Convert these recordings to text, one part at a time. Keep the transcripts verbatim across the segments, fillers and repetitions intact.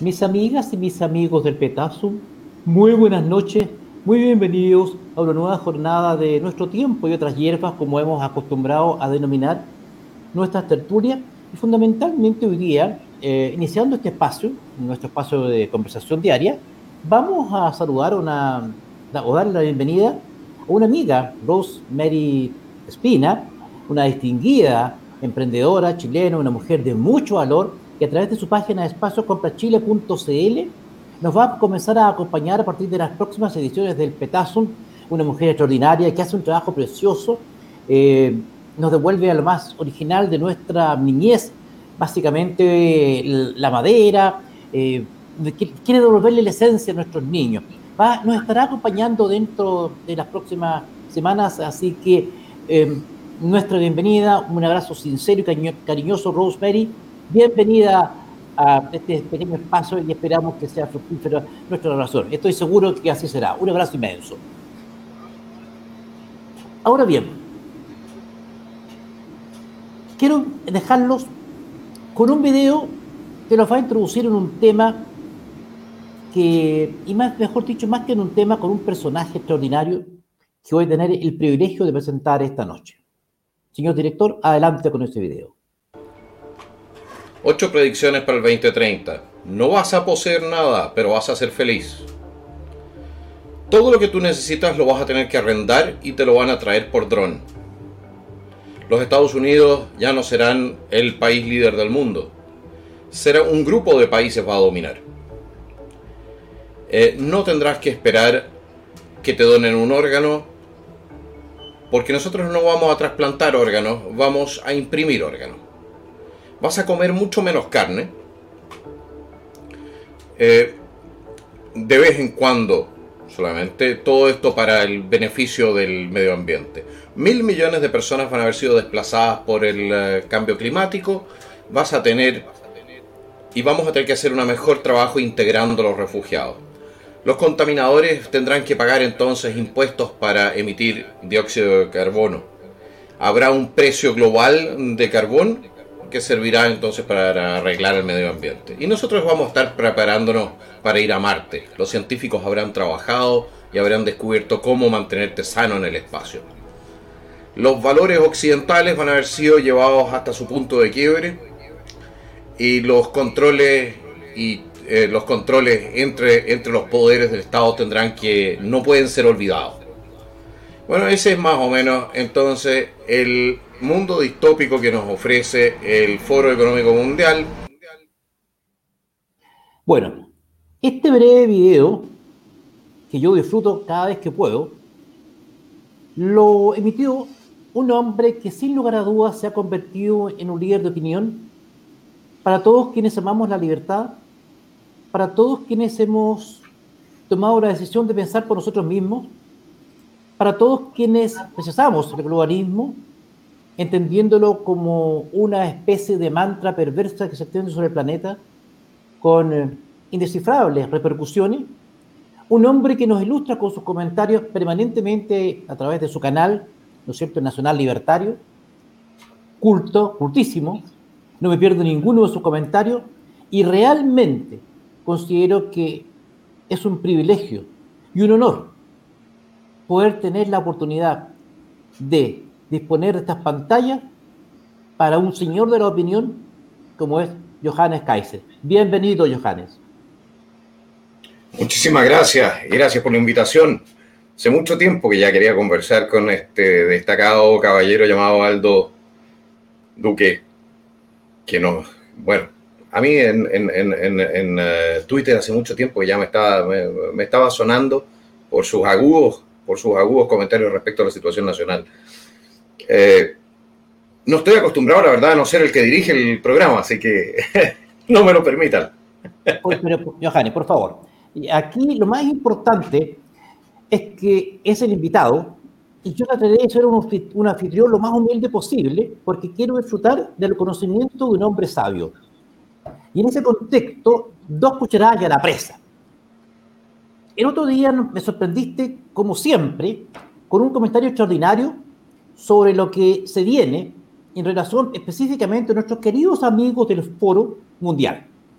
Mis amigas y mis amigos del Petasum, muy buenas noches, muy bienvenidos a una nueva jornada de nuestro tiempo y otras hierbas, como hemos acostumbrado a denominar nuestras tertulias. Y fundamentalmente hoy día, eh, iniciando este espacio, nuestro espacio de conversación diaria, vamos a saludar una, o darle la bienvenida a una amiga, Rosemary Espina, una distinguida emprendedora chilena, una mujer de mucho valor, que a través de su página de espacio comprachile punto c l nos va a comenzar a acompañar a partir de las próximas ediciones del Petasum, una mujer extraordinaria que hace un trabajo precioso, eh, nos devuelve a lo más original de nuestra niñez, básicamente la madera, eh, quiere devolverle la esencia a nuestros niños. Va, nos estará acompañando dentro de las próximas semanas, así que eh, nuestra bienvenida, un abrazo sincero y cariñoso, Rosemary. Bienvenida a este pequeño espacio y esperamos que sea fructífera nuestra relación. Estoy seguro que así será. Un abrazo inmenso. Ahora bien, quiero dejarlos con un video que nos va a introducir en un tema que, y más, mejor dicho, más que en un tema, con un personaje extraordinario que voy a tener el privilegio de presentar esta noche. Señor director, adelante con este video. Ocho predicciones para el veinte treinta. No vas a poseer nada, pero vas a ser feliz. Todo lo que tú necesitas lo vas a tener que arrendar y te lo van a traer por dron. Los Estados Unidos ya no serán el país líder del mundo. Será un grupo de países va a dominar. Eh, no tendrás que esperar que te donen un órgano, porque nosotros no vamos a trasplantar órganos, vamos a imprimir órganos. Vas a comer mucho menos carne. Eh, de vez en cuando, solamente. Todo esto para el beneficio del medio ambiente. Mil millones de personas van a haber sido desplazadas por el uh, cambio climático. Vas a tener, y vamos a tener que hacer un mejor trabajo integrando a los refugiados. Los contaminadores tendrán que pagar entonces impuestos para emitir dióxido de carbono. Habrá un precio global de carbón que servirá entonces para arreglar el medio ambiente. Y nosotros vamos a estar preparándonos para ir a Marte. Los científicos habrán trabajado y habrán descubierto cómo mantenerte sano en el espacio. Los valores occidentales van a haber sido llevados hasta su punto de quiebre y los controles y eh, los controles entre, entre los poderes del Estado tendrán que no pueden ser olvidados. Bueno, ese es más o menos entonces el mundo distópico que nos ofrece el Foro Económico Mundial. Bueno, este breve video, que yo disfruto cada vez que puedo, lo emitió un hombre que sin lugar a dudas se ha convertido en un líder de opinión para todos quienes amamos la libertad, para todos quienes hemos tomado la decisión de pensar por nosotros mismos, para todos quienes rechazamos el globalismo, entendiéndolo como una especie de mantra perversa que se extiende sobre el planeta, con eh, indescifrables repercusiones. Un hombre que nos ilustra con sus comentarios permanentemente a través de su canal, ¿no es cierto?, Nacional Libertario, culto, cultísimo, no me pierdo ninguno de sus comentarios, y realmente considero que es un privilegio y un honor poder tener la oportunidad de disponer de estas pantallas para un señor de la opinión como es Johannes Kaiser. Bienvenido, Johannes. Muchísimas gracias y gracias por la invitación. Hace mucho tiempo que ya quería conversar con este destacado caballero llamado Aldo Duque, que nos, bueno, a mí en, en, en, en, en uh, Twitter hace mucho tiempo que ya me estaba, me, me estaba sonando por sus agudos, por sus agudos comentarios respecto a la situación nacional. Eh, no estoy acostumbrado, la verdad, a no ser el que dirige el programa, así que no me lo permitan. Pero, Johannes, por favor, aquí lo más importante es que es el invitado y yo trataré de ser un, un anfitrión lo más humilde posible porque quiero disfrutar del conocimiento de un hombre sabio. Y en ese contexto, dos cucharadas y a la presa. El otro día me sorprendiste, como siempre, con un comentario extraordinario sobre lo que se viene en relación específicamente a nuestros queridos amigos del Foro Mundial.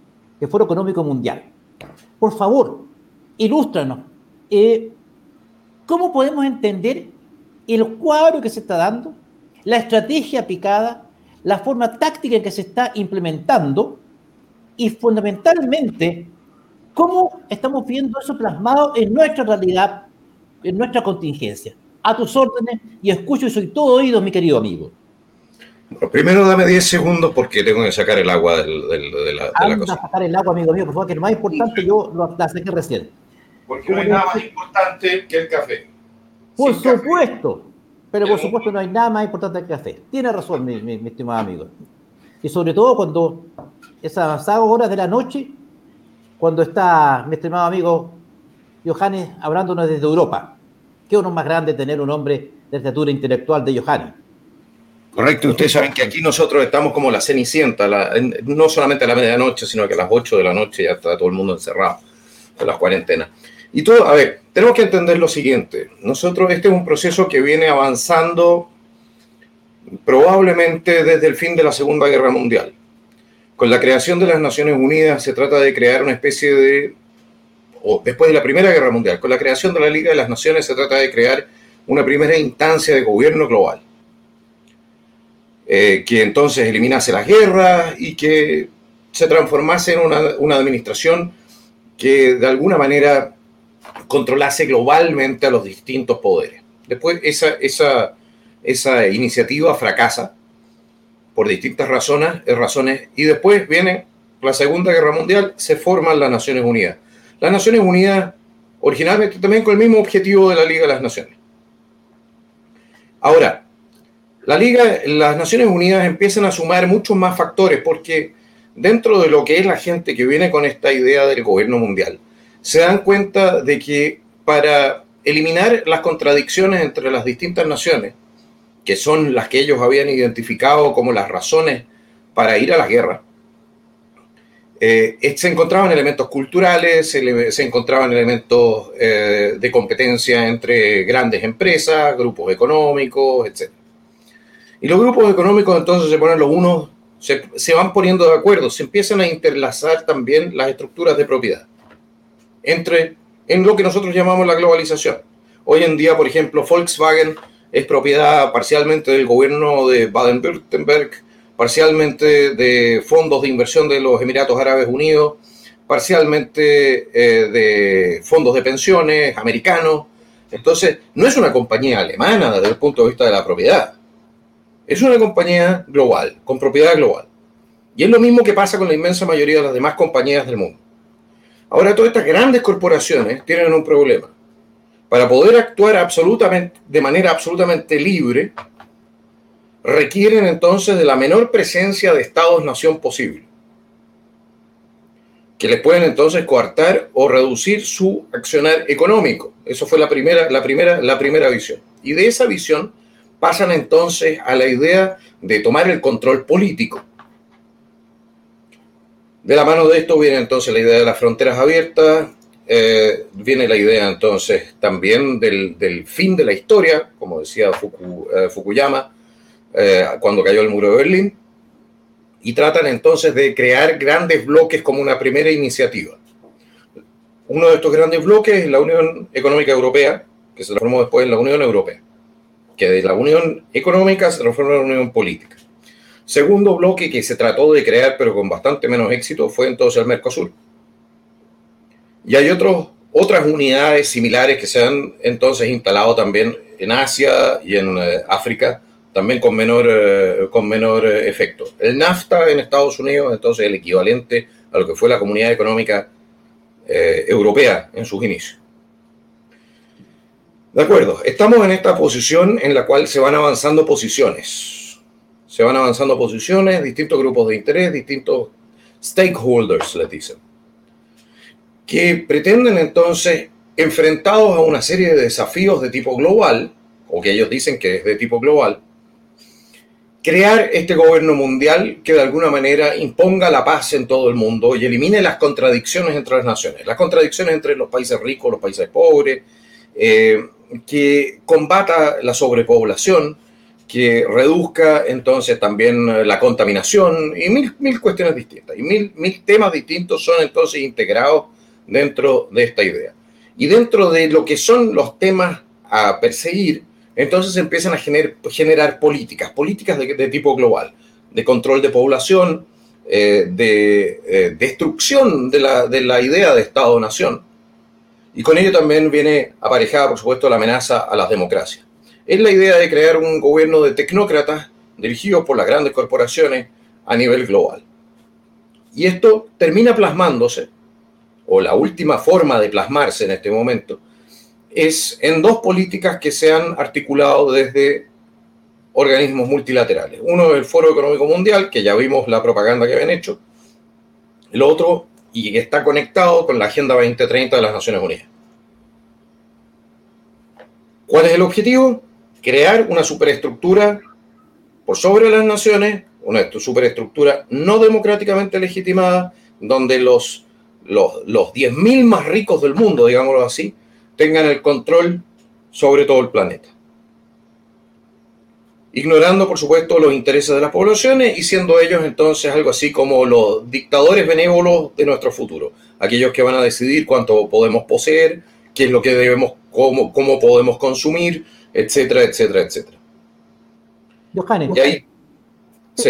el Foro Económico Mundial. Por favor, ilústranos. Eh, ¿Cómo podemos entender el cuadro que se está dando, la estrategia aplicada, la forma táctica en que se está implementando y fundamentalmente cómo estamos viendo eso plasmado en nuestra realidad, en nuestra contingencia? A tus órdenes y escucho y soy todo oídos, mi querido amigo. Bueno, primero dame diez segundos porque tengo que sacar el agua del, del, de, la, de Anda la cosa. a sacar el agua, amigo mío, por favor, que lo más importante yo lo la saqué recién. Porque no hay nada más importante que el café. Por Sin supuesto, café, pero por supuesto no hay nada más importante que el café. Tiene razón, mi, mi, mi estimado amigo. Y sobre todo cuando esas avanzadas horas de la noche, cuando está mi estimado amigo Johannes hablándonos desde Europa. ¿Qué honor más grande tener un hombre de estatura intelectual de Johannes? Correcto, ustedes saben que aquí nosotros estamos como la cenicienta, la, no solamente a la medianoche, sino que a las ocho de la noche ya está todo el mundo encerrado con las cuarentenas. Y todo, a ver, tenemos que entender lo siguiente. Nosotros, este es un proceso que viene avanzando probablemente desde el fin de la Segunda Guerra Mundial. Con la creación de las Naciones Unidas se trata de crear una especie de, o después de la Primera Guerra Mundial, con la creación de la Liga de las Naciones se trata de crear una primera instancia de gobierno global. Eh, que entonces eliminase las guerras y que se transformase en una, una administración que de alguna manera controlase globalmente a los distintos poderes. Después esa, esa, esa iniciativa fracasa por distintas razones, razones y después viene la Segunda Guerra Mundial, se forman las Naciones Unidas. Las Naciones Unidas originalmente también con el mismo objetivo de la Liga de las Naciones. Ahora, La Liga, las Naciones Unidas empiezan a sumar muchos más factores porque dentro de lo que es la gente que viene con esta idea del gobierno mundial, se dan cuenta de que para eliminar las contradicciones entre las distintas naciones, que son las que ellos habían identificado como las razones para ir a la guerra, eh, se encontraban elementos culturales, se, se encontraban elementos eh, de competencia entre grandes empresas, grupos económicos, etcétera. Y los grupos económicos entonces se ponen los unos, se, se van poniendo de acuerdo, se empiezan a interlazar también las estructuras de propiedad entre, en lo que nosotros llamamos la globalización. Hoy en día, por ejemplo, Volkswagen es propiedad parcialmente del gobierno de Baden-Württemberg, parcialmente de fondos de inversión de los Emiratos Árabes Unidos, parcialmente eh, de fondos de pensiones americanos. Entonces, no es una compañía alemana desde el punto de vista de la propiedad. Es una compañía global, con propiedad global. Y es lo mismo que pasa con la inmensa mayoría de las demás compañías del mundo. Ahora, todas estas grandes corporaciones tienen un problema. Para poder actuar absolutamente, de manera absolutamente libre, requieren entonces de la menor presencia de Estados-nación posible, que les pueden entonces coartar o reducir su accionar económico. Eso fue la primera, la primera, la primera visión. Y de esa visión pasan entonces a la idea de tomar el control político. De la mano de esto viene entonces la idea de las fronteras abiertas, eh, viene la idea entonces también del, del fin de la historia, como decía Fuku, eh, Fukuyama, eh, cuando cayó el muro de Berlín, y tratan entonces de crear grandes bloques como una primera iniciativa. Uno de estos grandes bloques es la Unión Económica Europea, que se transformó después en la Unión Europea, que de la Unión Económica se transformó en la Unión Política. Segundo bloque que se trató de crear, pero con bastante menos éxito, fue entonces el Mercosur. Y hay otros, otras unidades similares que se han entonces instalado también en Asia y en eh, África, también con menor, eh, con menor eh, efecto. El NAFTA en Estados Unidos, entonces, el equivalente a lo que fue la Comunidad Económica eh, Europea en sus inicios. De acuerdo, estamos en esta posición en la cual se van avanzando posiciones. Se van avanzando posiciones, distintos grupos de interés, distintos stakeholders, les dicen, que pretenden entonces, enfrentados a una serie de desafíos de tipo global, o que ellos dicen que es de tipo global, crear este gobierno mundial que de alguna manera imponga la paz en todo el mundo y elimine las contradicciones entre las naciones, las contradicciones entre los países ricos, los países pobres, eh, que combata la sobrepoblación, que reduzca entonces también la contaminación y mil, mil cuestiones distintas. Y mil, mil temas distintos son entonces integrados dentro de esta idea. Y dentro de lo que son los temas a perseguir, entonces empiezan a gener, generar políticas, políticas de, de tipo global, de control de población, eh, de eh, destrucción de la, de la idea de Estado-nación. Y con ello también viene aparejada, por supuesto, la amenaza a las democracias. Es la idea de crear un gobierno de tecnócratas dirigidos por las grandes corporaciones a nivel global. Y esto termina plasmándose, o la última forma de plasmarse en este momento, es en dos políticas que se han articulado desde organismos multilaterales. Uno es el Foro Económico Mundial, que ya vimos la propaganda que habían hecho. El otro, y que está conectado con la Agenda veinte treinta de las Naciones Unidas. ¿Cuál es el objetivo? Crear una superestructura por sobre las naciones, una superestructura no democráticamente legitimada, donde los, los, los diez mil más ricos del mundo, digámoslo así, tengan el control sobre todo el planeta. Ignorando, por supuesto, los intereses de las poblaciones y siendo ellos entonces algo así como los dictadores benévolos de nuestro futuro. Aquellos que van a decidir cuánto podemos poseer, qué es lo que debemos, cómo, cómo podemos consumir, etcétera, etcétera, etcétera. Johannes, y ahí, sí.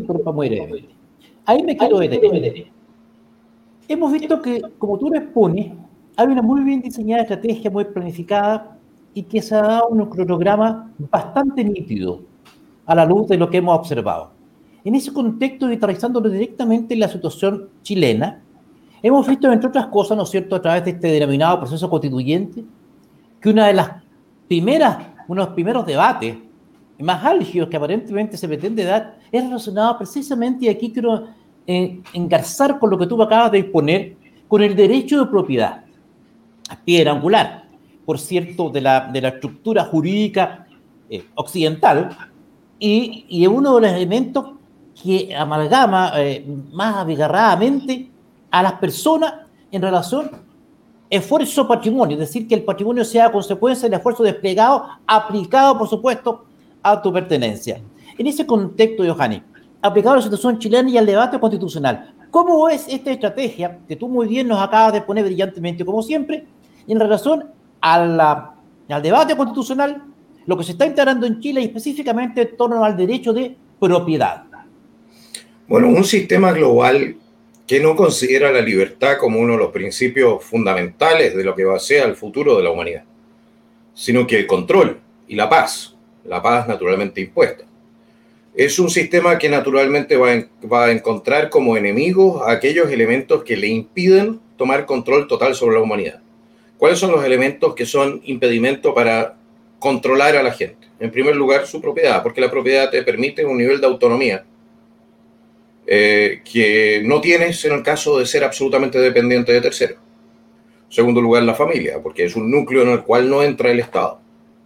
Ahí me quiero detener. Hemos visto que, como tú lo expones, hay una muy bien diseñada estrategia, muy planificada, y que se ha dado un cronograma bastante nítido a la luz de lo que hemos observado. En ese contexto, y aterrizándolo directamente en la situación chilena, hemos visto, entre otras cosas, ¿no es cierto?, a través de este denominado proceso constituyente, que una de las primeras, uno de los primeros debates más álgidos que aparentemente se pretende dar es relacionado precisamente, y aquí quiero eh, engarzar con lo que tú acabas de exponer, con el derecho de propiedad, piedra angular, por cierto, de la, de la estructura jurídica eh, occidental, y, y es uno de los elementos que amalgama eh, más abigarradamente a las personas en relación esfuerzo-patrimonio, es decir, que el patrimonio sea consecuencia del esfuerzo desplegado, aplicado, por supuesto, a tu pertenencia. En ese contexto, Johannes, aplicado a la situación chilena y al debate constitucional, ¿cómo es esta estrategia que tú muy bien nos acabas de poner brillantemente, como siempre, en relación a la, al debate constitucional, lo que se está integrando en Chile y específicamente en torno al derecho de propiedad? Bueno, un sistema global que no considera la libertad como uno de los principios fundamentales de lo que va a ser el futuro de la humanidad, sino que el control y la paz, la paz naturalmente impuesta. Es un sistema que naturalmente va a, va a encontrar como enemigos a aquellos elementos que le impiden tomar control total sobre la humanidad. ¿Cuáles son los elementos que son impedimento para controlar a la gente? En primer lugar, su propiedad, porque la propiedad te permite un nivel de autonomía eh, que no tienes en el caso de ser absolutamente dependiente de terceros. En segundo lugar, la familia, porque es un núcleo en el cual no entra el Estado.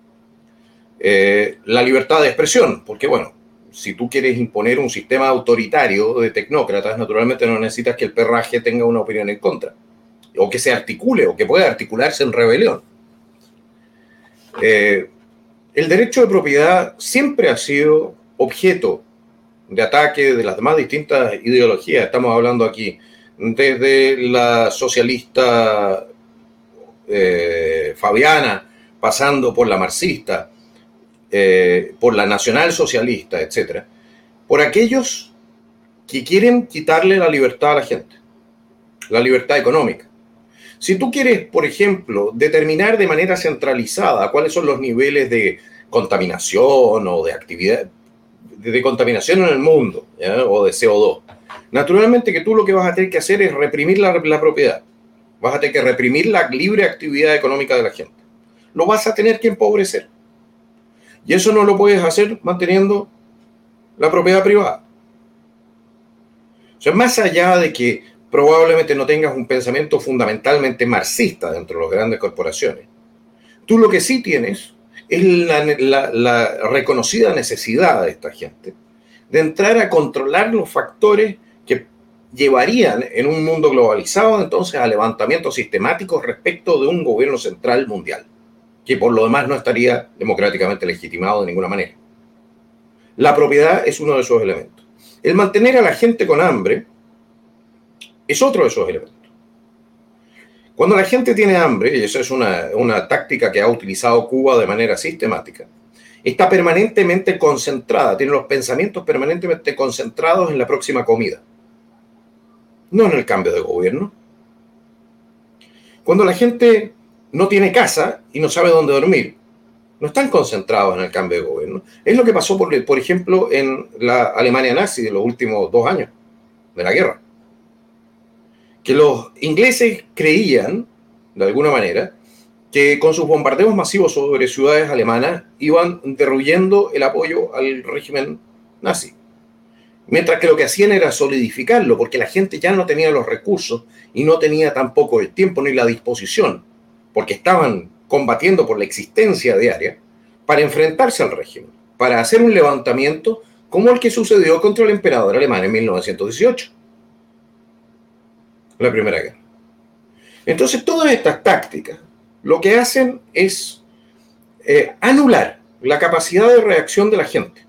Eh, la libertad de expresión, porque bueno, si tú quieres imponer un sistema autoritario de tecnócratas, naturalmente no necesitas que el perraje tenga una opinión en contra, o que se articule, o que pueda articularse en rebelión. Eh, el derecho de propiedad siempre ha sido objeto de ataque de las demás distintas ideologías. Estamos hablando aquí desde la socialista eh, fabiana, pasando por la marxista, eh, por la nacionalsocialista, etcétera, por aquellos que quieren quitarle la libertad a la gente, la libertad económica. Si tú quieres, por ejemplo, determinar de manera centralizada cuáles son los niveles de contaminación o de actividad, de, de contaminación en el mundo, ¿ya?, o de C O dos, naturalmente que tú lo que vas a tener que hacer es reprimir la, la propiedad. Vas a tener que reprimir la libre actividad económica de la gente. Lo vas a tener que empobrecer. Y eso no lo puedes hacer manteniendo la propiedad privada. O sea, más allá de que probablemente no tengas un pensamiento fundamentalmente marxista dentro de las grandes corporaciones, tú lo que sí tienes es la, la, la reconocida necesidad de esta gente de entrar a controlar los factores que llevarían en un mundo globalizado entonces a levantamientos sistemáticos respecto de un gobierno central mundial, que por lo demás no estaría democráticamente legitimado de ninguna manera. La propiedad es uno de esos elementos. El mantener a la gente con hambre es otro de esos elementos. Cuando la gente tiene hambre, y esa es una, una táctica que ha utilizado Cuba de manera sistemática, está permanentemente concentrada, tiene los pensamientos permanentemente concentrados en la próxima comida, no en el cambio de gobierno. Cuando la gente no tiene casa y no sabe dónde dormir, no están concentrados en el cambio de gobierno. Es lo que pasó, por, por ejemplo, en la Alemania nazi de los últimos dos años de la guerra. Que los ingleses creían, de alguna manera, que con sus bombardeos masivos sobre ciudades alemanas iban derruyendo el apoyo al régimen nazi. Mientras que lo que hacían era solidificarlo, porque la gente ya no tenía los recursos y no tenía tampoco el tiempo ni la disposición, porque estaban combatiendo por la existencia diaria, para enfrentarse al régimen, para hacer un levantamiento como el que sucedió contra el emperador alemán en mil novecientos dieciocho, la Primera Guerra. Entonces, todas estas tácticas lo que hacen es eh, anular la capacidad de reacción de la gente.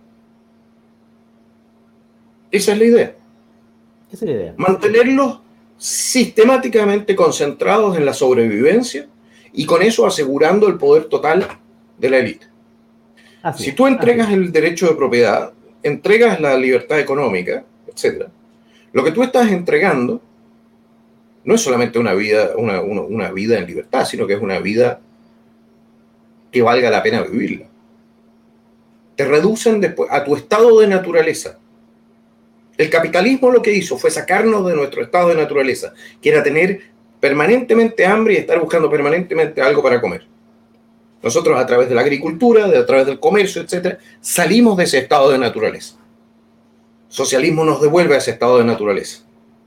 Esa es la idea. Esa es la idea. Mantenerlos sistemáticamente concentrados en la sobrevivencia y con eso asegurando el poder total de la élite. Así, si tú entregas así. el derecho de propiedad, entregas la libertad económica, etcétera, lo que tú estás entregando no es solamente una vida, una, una, una vida en libertad, sino que es una vida que valga la pena vivirla. Te reducen después a tu estado de naturaleza. El capitalismo lo que hizo fue sacarnos de nuestro estado de naturaleza, que era tener permanentemente hambre y estar buscando permanentemente algo para comer. Nosotros, a través de la agricultura, de, a través del comercio, etcétera, salimos de ese estado de naturaleza. Socialismo nos devuelve a ese estado de naturaleza,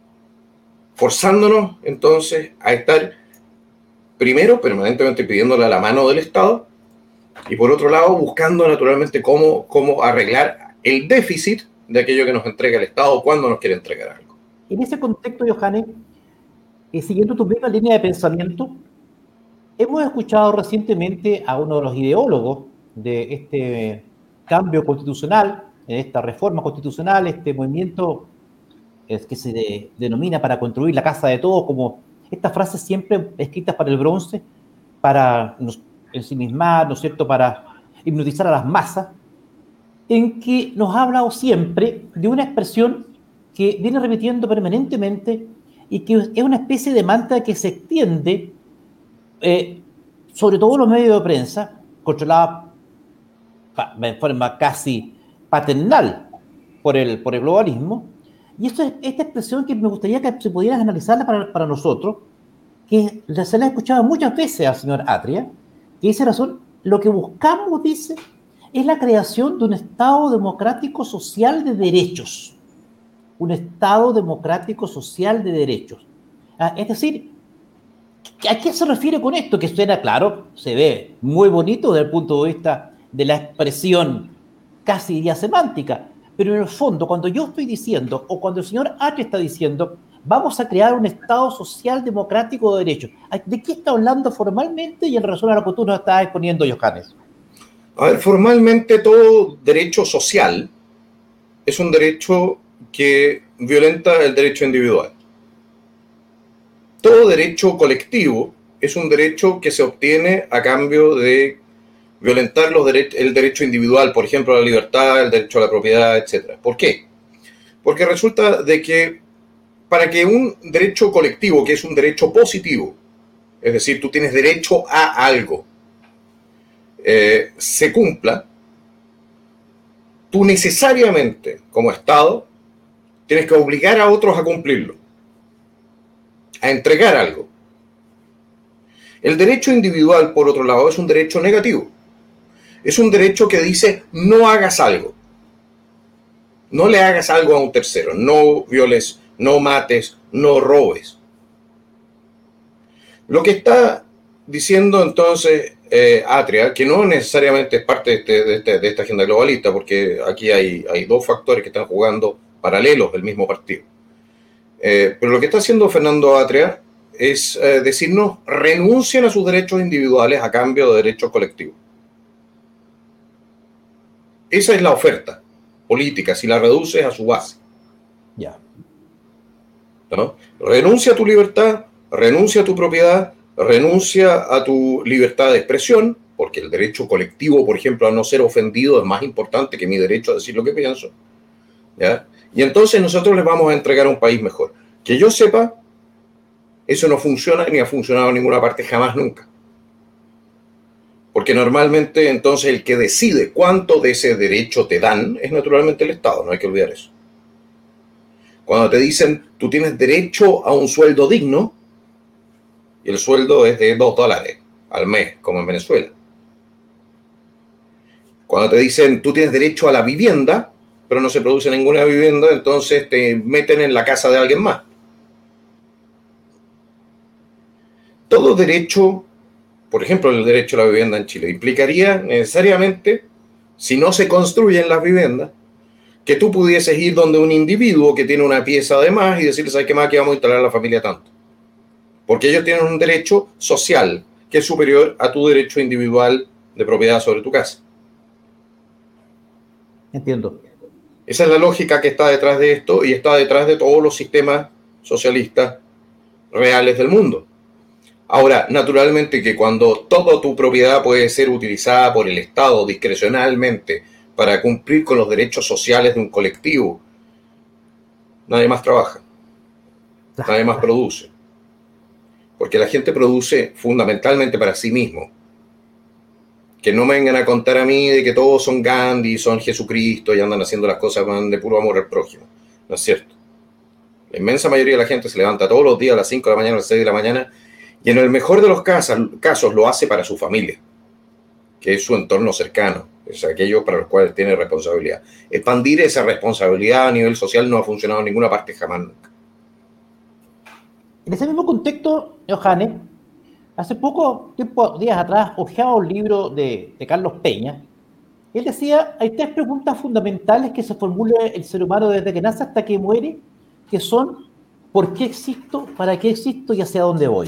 forzándonos entonces a estar, primero, permanentemente pidiéndole a la mano del Estado, y por otro lado, buscando naturalmente cómo, cómo arreglar el déficit de aquello que nos entrega el Estado cuando nos quiere entregar algo. En ese contexto, Johannes, eh, siguiendo tu misma línea de pensamiento, hemos escuchado recientemente a uno de los ideólogos de este cambio constitucional, en esta reforma constitucional, este movimiento es que se de, denomina para construir la casa de todos, como estas frases siempre escritas para el bronce, para ensimismar, ¿no es cierto?, para hipnotizar a las masas, en que nos ha hablado siempre de una expresión que viene repitiendo permanentemente y que es una especie de mantra que se extiende eh, sobre todo los medios de prensa, controlada de forma casi paternal por el, por el globalismo. Y esto es, esta expresión que me gustaría que se pudiera analizarla para, para nosotros, que se la he escuchado muchas veces al señor Atria, que dice razón, lo que buscamos, dice, es la creación de un Estado democrático social de derechos. Un Estado democrático social de derechos. Ah, es decir, ¿a qué se refiere con esto? Que suena, claro, se ve muy bonito desde el punto de vista de la expresión casi diría semántica, pero en el fondo, cuando yo estoy diciendo, o cuando el señor Atria está diciendo, vamos a crear un Estado social democrático de derechos, ¿de qué está hablando formalmente y en relación a lo que tú nos estás exponiendo, Johannes? A ver, formalmente todo derecho social es un derecho que violenta el derecho individual. Todo derecho colectivo es un derecho que se obtiene a cambio de violentar los dere- el derecho individual, por ejemplo, la libertad, el derecho a la propiedad, etcétera. ¿Por qué? Porque resulta de que para que un derecho colectivo, que es un derecho positivo, es decir, tú tienes derecho a algo, eh, se cumpla, tú necesariamente, como Estado, tienes que obligar a otros a cumplirlo, a entregar algo. El derecho individual, por otro lado, es un derecho negativo. Es un derecho que dice, no hagas algo. No le hagas algo a un tercero. No violes, no mates, no robes. Lo que está diciendo entonces eh, Atria, que no necesariamente es parte de, este, de, este, de esta agenda globalista, porque aquí hay, hay dos factores que están jugando paralelos del mismo partido. Eh, pero lo que está haciendo Fernando Atria es eh, decirnos, renuncien a sus derechos individuales a cambio de derechos colectivos. Esa es la oferta. política si la reduces a su base. Ya. ¿No? Renuncia a tu libertad, renuncia a tu propiedad, renuncia a tu libertad de expresión, porque el derecho colectivo, por ejemplo, a no ser ofendido es más importante que mi derecho a decir lo que pienso. ¿Ya? Y entonces nosotros les vamos a entregar un país mejor. Que yo sepa, eso no funciona ni ha funcionado en ninguna parte jamás nunca. Porque normalmente entonces el que decide cuánto de ese derecho te dan es naturalmente el Estado, no hay que olvidar eso. Cuando te dicen tú tienes derecho a un sueldo digno, y el sueldo es de dos dólares al mes, como en Venezuela. Cuando te dicen tú tienes derecho a la vivienda, pero no se produce ninguna vivienda, entonces te meten en la casa de alguien más. Todo derecho, por ejemplo, el derecho a la vivienda en Chile, implicaría necesariamente, si no se construyen las viviendas, que tú pudieses ir donde un individuo que tiene una pieza de más y decirle, ¿sabes qué más? Que vamos a instalar a la familia tanto. Porque ellos tienen un derecho social que es superior a tu derecho individual de propiedad sobre tu casa. Entiendo. Esa es la lógica que está detrás de esto y está detrás de todos los sistemas socialistas reales del mundo. Ahora, naturalmente que cuando toda tu propiedad puede ser utilizada por el Estado discrecionalmente para cumplir con los derechos sociales de un colectivo, nadie más trabaja, nadie más produce. Porque la gente produce fundamentalmente para sí mismo. Que no me vengan a contar a mí de que todos son Gandhi, son Jesucristo y andan haciendo las cosas de puro amor al prójimo. No es cierto. La inmensa mayoría de la gente se levanta todos los días a las cinco de la mañana, a las seis de la mañana, y en el mejor de los casos, casos lo hace para su familia, que es su entorno cercano, es aquellos para los cuales tiene responsabilidad. Expandir esa responsabilidad a nivel social no ha funcionado en ninguna parte jamás nunca. En ese mismo contexto, Johannes, hace poco, tiempo, días atrás, hojeaba un libro de, de Carlos Peña. Él decía, hay tres preguntas fundamentales que se formula el ser humano desde que nace hasta que muere, que son, ¿por qué existo? ¿Para qué existo? ¿Y hacia dónde voy?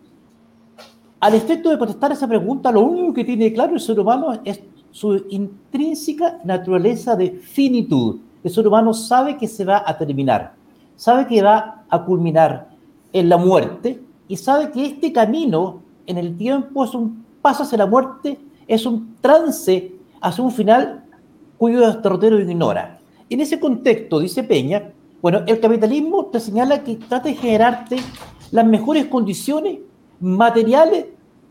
Al efecto de contestar esa pregunta, lo único que tiene claro el ser humano es su intrínseca naturaleza de finitud. El ser humano sabe que se va a terminar, sabe que va a culminar en la muerte y sabe que este camino en el tiempo es un paso hacia la muerte, es un trance hacia un final cuyo derrotero ignora. En ese contexto, dice Peña, bueno, el capitalismo te señala que trata de generarte las mejores condiciones materiales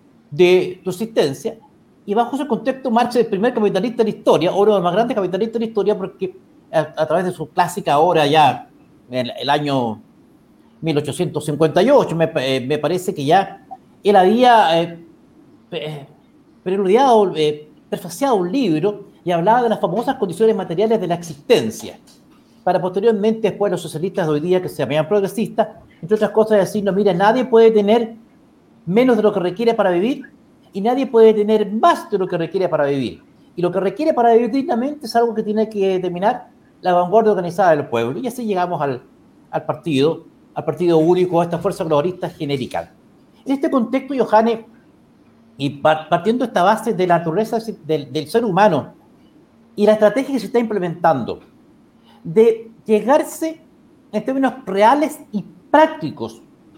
de tu existencia, y bajo ese contexto marcha el primer capitalista de la historia, uno de los más grandes capitalistas de la historia, porque a, a través de su clásica obra ya en el año mil ochocientos cincuenta y ocho, me, eh, me parece que ya él había eh, eh, preludiado, eh, prefaciado un libro y hablaba de las famosas condiciones materiales de la existencia, para posteriormente, después los socialistas de hoy día, que se llaman progresistas, entre otras cosas, decir, no, mira, nadie puede tener menos de lo que requiere para vivir y nadie puede tener más de lo que requiere para vivir. Y lo que requiere para vivir dignamente es algo que tiene que determinar la vanguardia organizada del pueblo. Y así llegamos al, al partido, al partido único, a esta fuerza globalista genérica. En este contexto, Johannes, y partiendo de esta base de la naturaleza del, del ser humano y la estrategia que se está implementando, de llegarse en términos reales y prácticos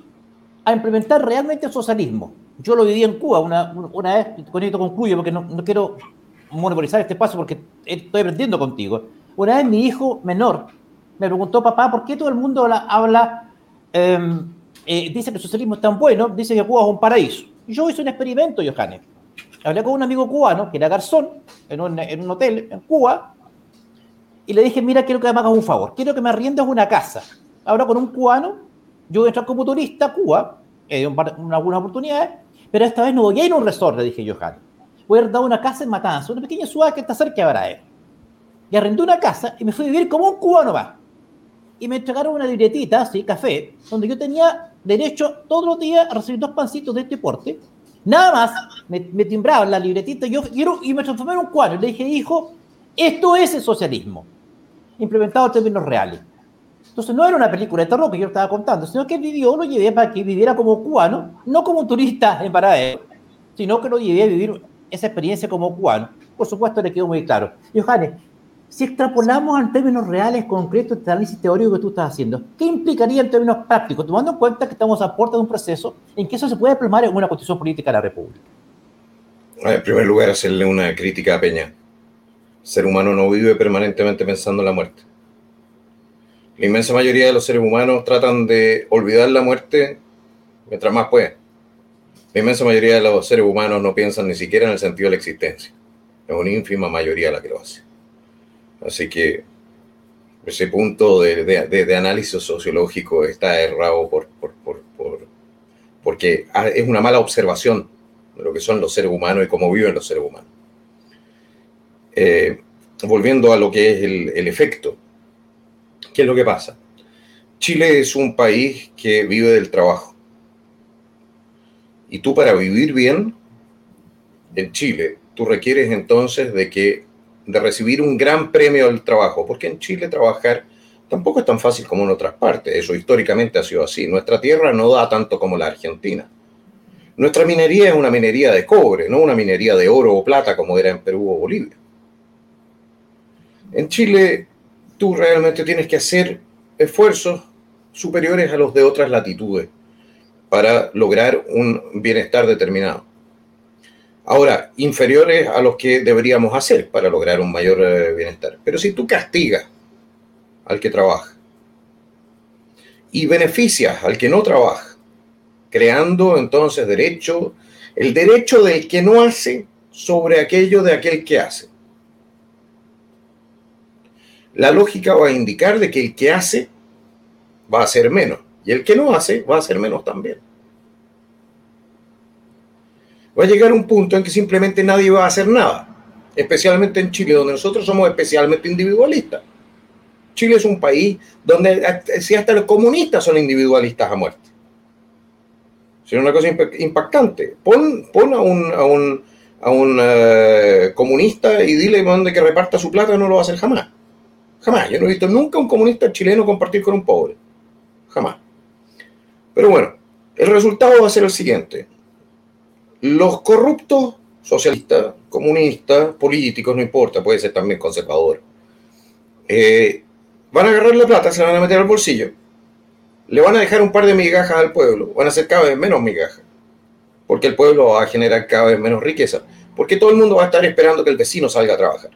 a implementar realmente el socialismo. Yo lo viví en Cuba una, una vez, con esto concluyo porque no, no quiero monopolizar este paso porque estoy aprendiendo contigo. Una vez mi hijo menor me preguntó, papá, ¿por qué todo el mundo habla, habla eh, eh, dice que el socialismo es tan bueno, dice que Cuba es un paraíso? Y yo hice un experimento, Johannes. Hablé con un amigo cubano, que era garzón, en un, en un hotel en Cuba, y le dije, mira, quiero que me hagas un favor, quiero que me arriendes una casa. Hablo con un cubano, yo voy a entrar como turista a Cuba, he eh, algunas oportunidades, pero esta vez no voy a ir a un resort, le dije yo, Johannes. Voy a dar una casa en Matanzas, una pequeña ciudad que está cerca de Baraer. Y arrendé una casa y me fui a vivir como un cubano más. Y me entregaron una libretita, así, café, donde yo tenía derecho todos los días a recibir dos pancitos de este porte. Nada más, me, me timbraban la libretita y, yo, y me transformé en un cubano. Y le dije, hijo, esto es el socialismo, implementado en términos reales. Entonces no era una película de terror que yo estaba contando, sino que vivió, lo llevé para que viviera como cubano, no como un turista en Paraguay, sino que lo llevé a vivir esa experiencia como cubano. Por supuesto, le quedó muy claro. Y Johannes, Si extrapolamos en términos reales, concretos, este análisis teórico que tú estás haciendo, ¿qué implicaría en términos prácticos, tomando en cuenta que estamos a puerta de un proceso en que eso se puede plasmar en una constitución política de la República? En primer lugar, hacerle una crítica a Peña. El ser humano no vive permanentemente pensando en la muerte. La inmensa mayoría de los seres humanos tratan de olvidar la muerte mientras más pueden. La inmensa mayoría de los seres humanos no piensan ni siquiera en el sentido de la existencia. Es una ínfima mayoría la que lo hace. Así que ese punto de, de, de, de análisis sociológico está errado por, por, por, por, porque es una mala observación de lo que son los seres humanos y cómo viven los seres humanos. Eh, volviendo a lo que es el, el efecto, ¿qué es lo que pasa? Chile es un país que vive del trabajo. Y tú, para vivir bien en Chile, tú requieres entonces de que de recibir un gran premio del trabajo, porque en Chile trabajar tampoco es tan fácil como en otras partes. Eso históricamente ha sido así. Nuestra tierra no da tanto como la Argentina. Nuestra minería es una minería de cobre, no una minería de oro o plata como era en Perú o Bolivia. En Chile tú realmente tienes que hacer esfuerzos superiores a los de otras latitudes para lograr un bienestar determinado. Ahora, inferiores a los que deberíamos hacer para lograr un mayor eh, bienestar. Pero si tú castigas al que trabaja y beneficias al que no trabaja, creando entonces derecho, el derecho del que no hace sobre aquello de aquel que hace. La lógica va a indicar de que el que hace va a hacer menos y el que no hace va a hacer menos también. Va a llegar un punto en que simplemente nadie va a hacer nada, especialmente en Chile, donde nosotros somos especialmente individualistas. Chile es un país donde si hasta los comunistas son individualistas a muerte. Es una cosa impactante. Pon, pon a un, a un, a un uh, comunista y dile dónde que reparta su plata, no lo va a hacer jamás. Jamás. Yo no he visto nunca un comunista chileno compartir con un pobre. Jamás. Pero bueno, el resultado va a ser el siguiente. Los corruptos socialistas, comunistas, políticos, no importa, puede ser también conservador, eh, van a agarrar la plata, se la van a meter al bolsillo, le van a dejar un par de migajas al pueblo, van a hacer cada vez menos migajas, porque el pueblo va a generar cada vez menos riqueza, porque todo el mundo va a estar esperando que el vecino salga a trabajar.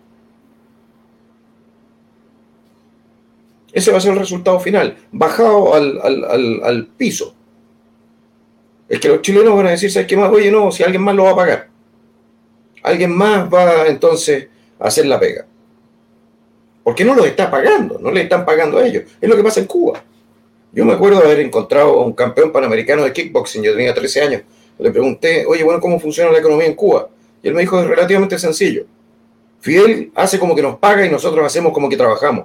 Ese va a ser el resultado final, bajado al, al, al, al piso. Es que los chilenos van a decir, ¿sabes qué más? Oye, no, si alguien más lo va a pagar. Alguien más va entonces a hacer la pega. Porque no los está pagando, no le están pagando a ellos. Es lo que pasa en Cuba. Yo me acuerdo de haber encontrado a un campeón panamericano de kickboxing, yo tenía trece años. Le pregunté, oye, bueno, ¿cómo funciona la economía en Cuba? Y él me dijo, es relativamente sencillo. Fidel hace como que nos paga y nosotros hacemos como que trabajamos.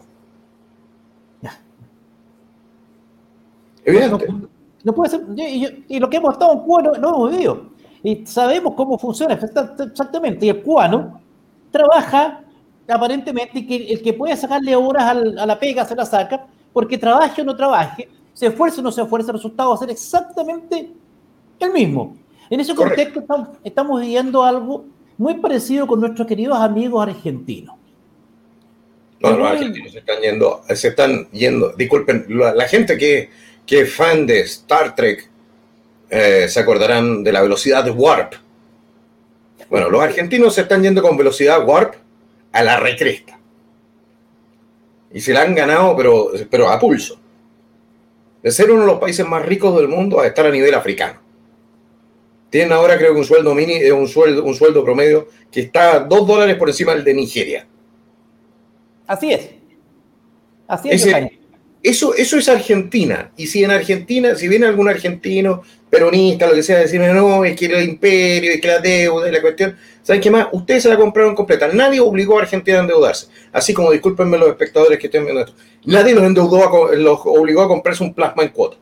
Evidente. No, no puede ser. Y, y lo que hemos estado en Cuba no, no hemos vivido. Y sabemos cómo funciona exactamente. Y el cubano trabaja aparentemente, y que el que puede sacarle horas al, a la pega se la saca, porque trabaje o no trabaje, se esfuerce o no se esfuerce, el resultado va a ser exactamente el mismo. En ese contexto estamos, estamos viviendo algo muy parecido con nuestros queridos amigos argentinos. No, los argentinos se están yendo, se están yendo, disculpen, la, la gente que, que es fan de Star Trek eh, se acordarán de la velocidad de Warp. Bueno, los argentinos se están yendo con velocidad Warp a la recresta. Y se la han ganado, pero, pero a pulso. De ser uno de los países más ricos del mundo a estar a nivel africano. Tienen ahora, creo que un sueldo mini, un sueldo, un sueldo promedio que está dos dólares por encima del de Nigeria. Así es. Así es. Ese, eso, eso es Argentina. Y si en Argentina, si viene algún argentino, peronista, lo que sea, decirme, no, es que el imperio, es que la deuda, es la cuestión. ¿Saben qué más? Ustedes se la compraron completa. Nadie obligó a Argentina a endeudarse. Así como, discúlpenme los espectadores que estén viendo esto, nadie los endeudó, a, los obligó a comprarse un plasma en cuota.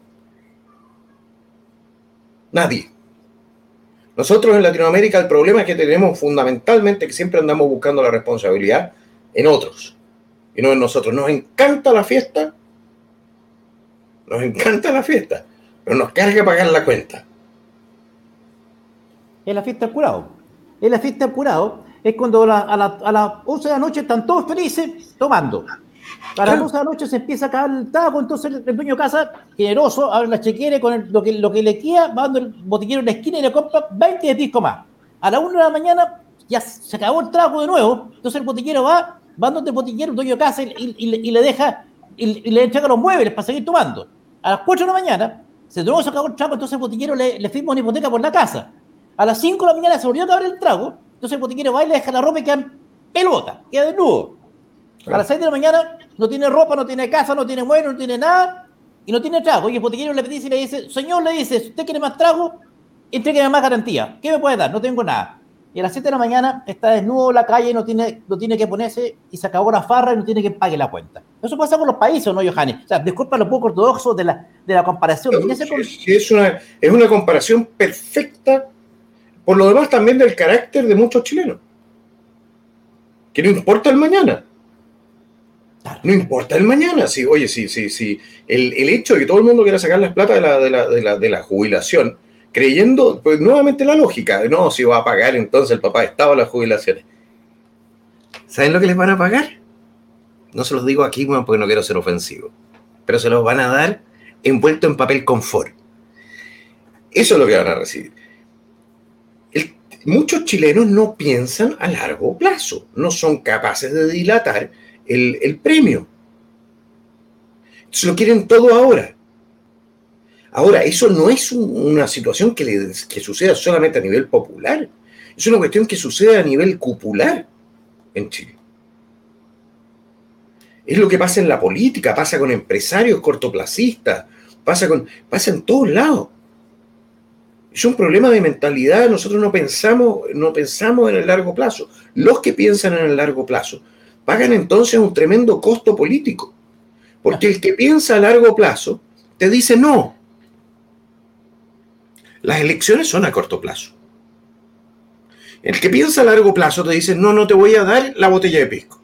Nadie. Nosotros en Latinoamérica el problema es que tenemos fundamentalmente que siempre andamos buscando la responsabilidad en otros y no en nosotros. Nos encanta la fiesta, nos encanta la fiesta, pero nos carga pagar la cuenta. Es la fiesta del curado. Es la fiesta del curado es cuando la, a, la, a las once de la noche están todos felices tomando. A las doce de la noche se empieza a acabar el tabaco, entonces el dueño de casa, generoso, abre la chequera y con el, lo, que, lo que le queda, va dando el botellero en la esquina y le compra veinte de pisco más. A la una de la mañana ya se acabó el trago de nuevo, entonces el botellero va, va donde el botellero, el dueño de casa, y, y, y, y le deja, y, y le entrega los muebles para seguir tomando. A las cuatro de la mañana se de nuevo se acabó el trago, entonces el botellero le, le firma una hipoteca por la casa. A las cinco de la mañana se volvió a acabar el trago, entonces el botellero va y le deja la ropa y queda en pelota, queda desnudo. A las seis de la mañana no tiene ropa, no tiene casa, no tiene mueble, no tiene nada y no tiene trago. Y el botellero le dice y le dice, señor, le dice, si usted quiere más trago, entrégueme más garantía. ¿Qué me puede dar? No tengo nada. Y a las siete de la mañana está desnudo en la calle, no tiene, no tiene que ponerse y se acabó la farra y no tiene que pague la cuenta. Eso pasa con los países, ¿no, Johannes? O sea, disculpa lo poco ortodoxo de la, de la comparación. No, es, es, una, es una comparación perfecta, por lo demás también del carácter de muchos chilenos. Que no importa el mañana. No importa el mañana, sí, oye, sí, sí, sí. El, el hecho de que todo el mundo quiera sacar las plata de la, de la, de la, de la jubilación, creyendo, pues nuevamente la lógica, no, si va a pagar entonces el papá de Estado las jubilaciones. ¿Saben lo que les van a pagar? No se los digo aquí porque no quiero ser ofensivo, pero se los van a dar envuelto en papel confort. Eso es lo que van a recibir. El, muchos chilenos no piensan a largo plazo, no son capaces de dilatar El, el premio. Se lo quieren todo ahora. Ahora, eso no es un, una situación que, le, que suceda solamente a nivel popular. Es una cuestión que sucede a nivel cupular en Chile. Es lo que pasa en la política, pasa con empresarios cortoplacistas, pasa, con, pasa en todos lados. Es un problema de mentalidad. Nosotros no pensamos, no pensamos en el largo plazo. Los que piensan en el largo plazo pagan entonces un tremendo costo político. Porque el que piensa a largo plazo te dice no. Las elecciones son a corto plazo. El que piensa a largo plazo te dice no, no te voy a dar la botella de pisco.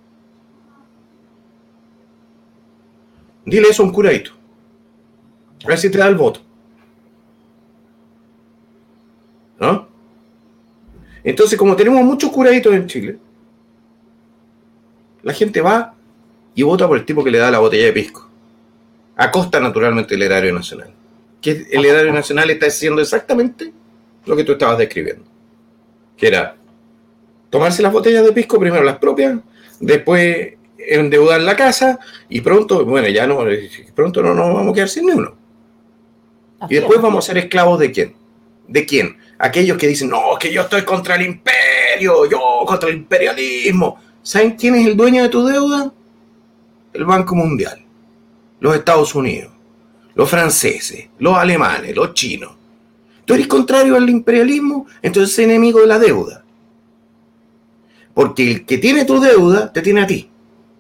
Dile eso a un curadito. A ver si te da el voto. ¿No? Entonces, como tenemos muchos curaditos en Chile, la gente va y vota por el tipo que le da la botella de pisco, a costa naturalmente del erario nacional. Que el erario nacional está haciendo exactamente lo que tú estabas describiendo, que era tomarse las botellas de pisco, primero las propias, después endeudar la casa y pronto, bueno, ya no, pronto no nos vamos a quedar sin ni uno. Y después vamos a ser esclavos de quién. ¿De quién? Aquellos que dicen, no, que yo estoy contra el imperio, yo contra el imperialismo. ¿Saben quién es el dueño de tu deuda? El Banco Mundial, los Estados Unidos, los franceses, los alemanes, los chinos. ¿Tú eres contrario al imperialismo? Entonces eres enemigo de la deuda. Porque el que tiene tu deuda, te tiene a ti.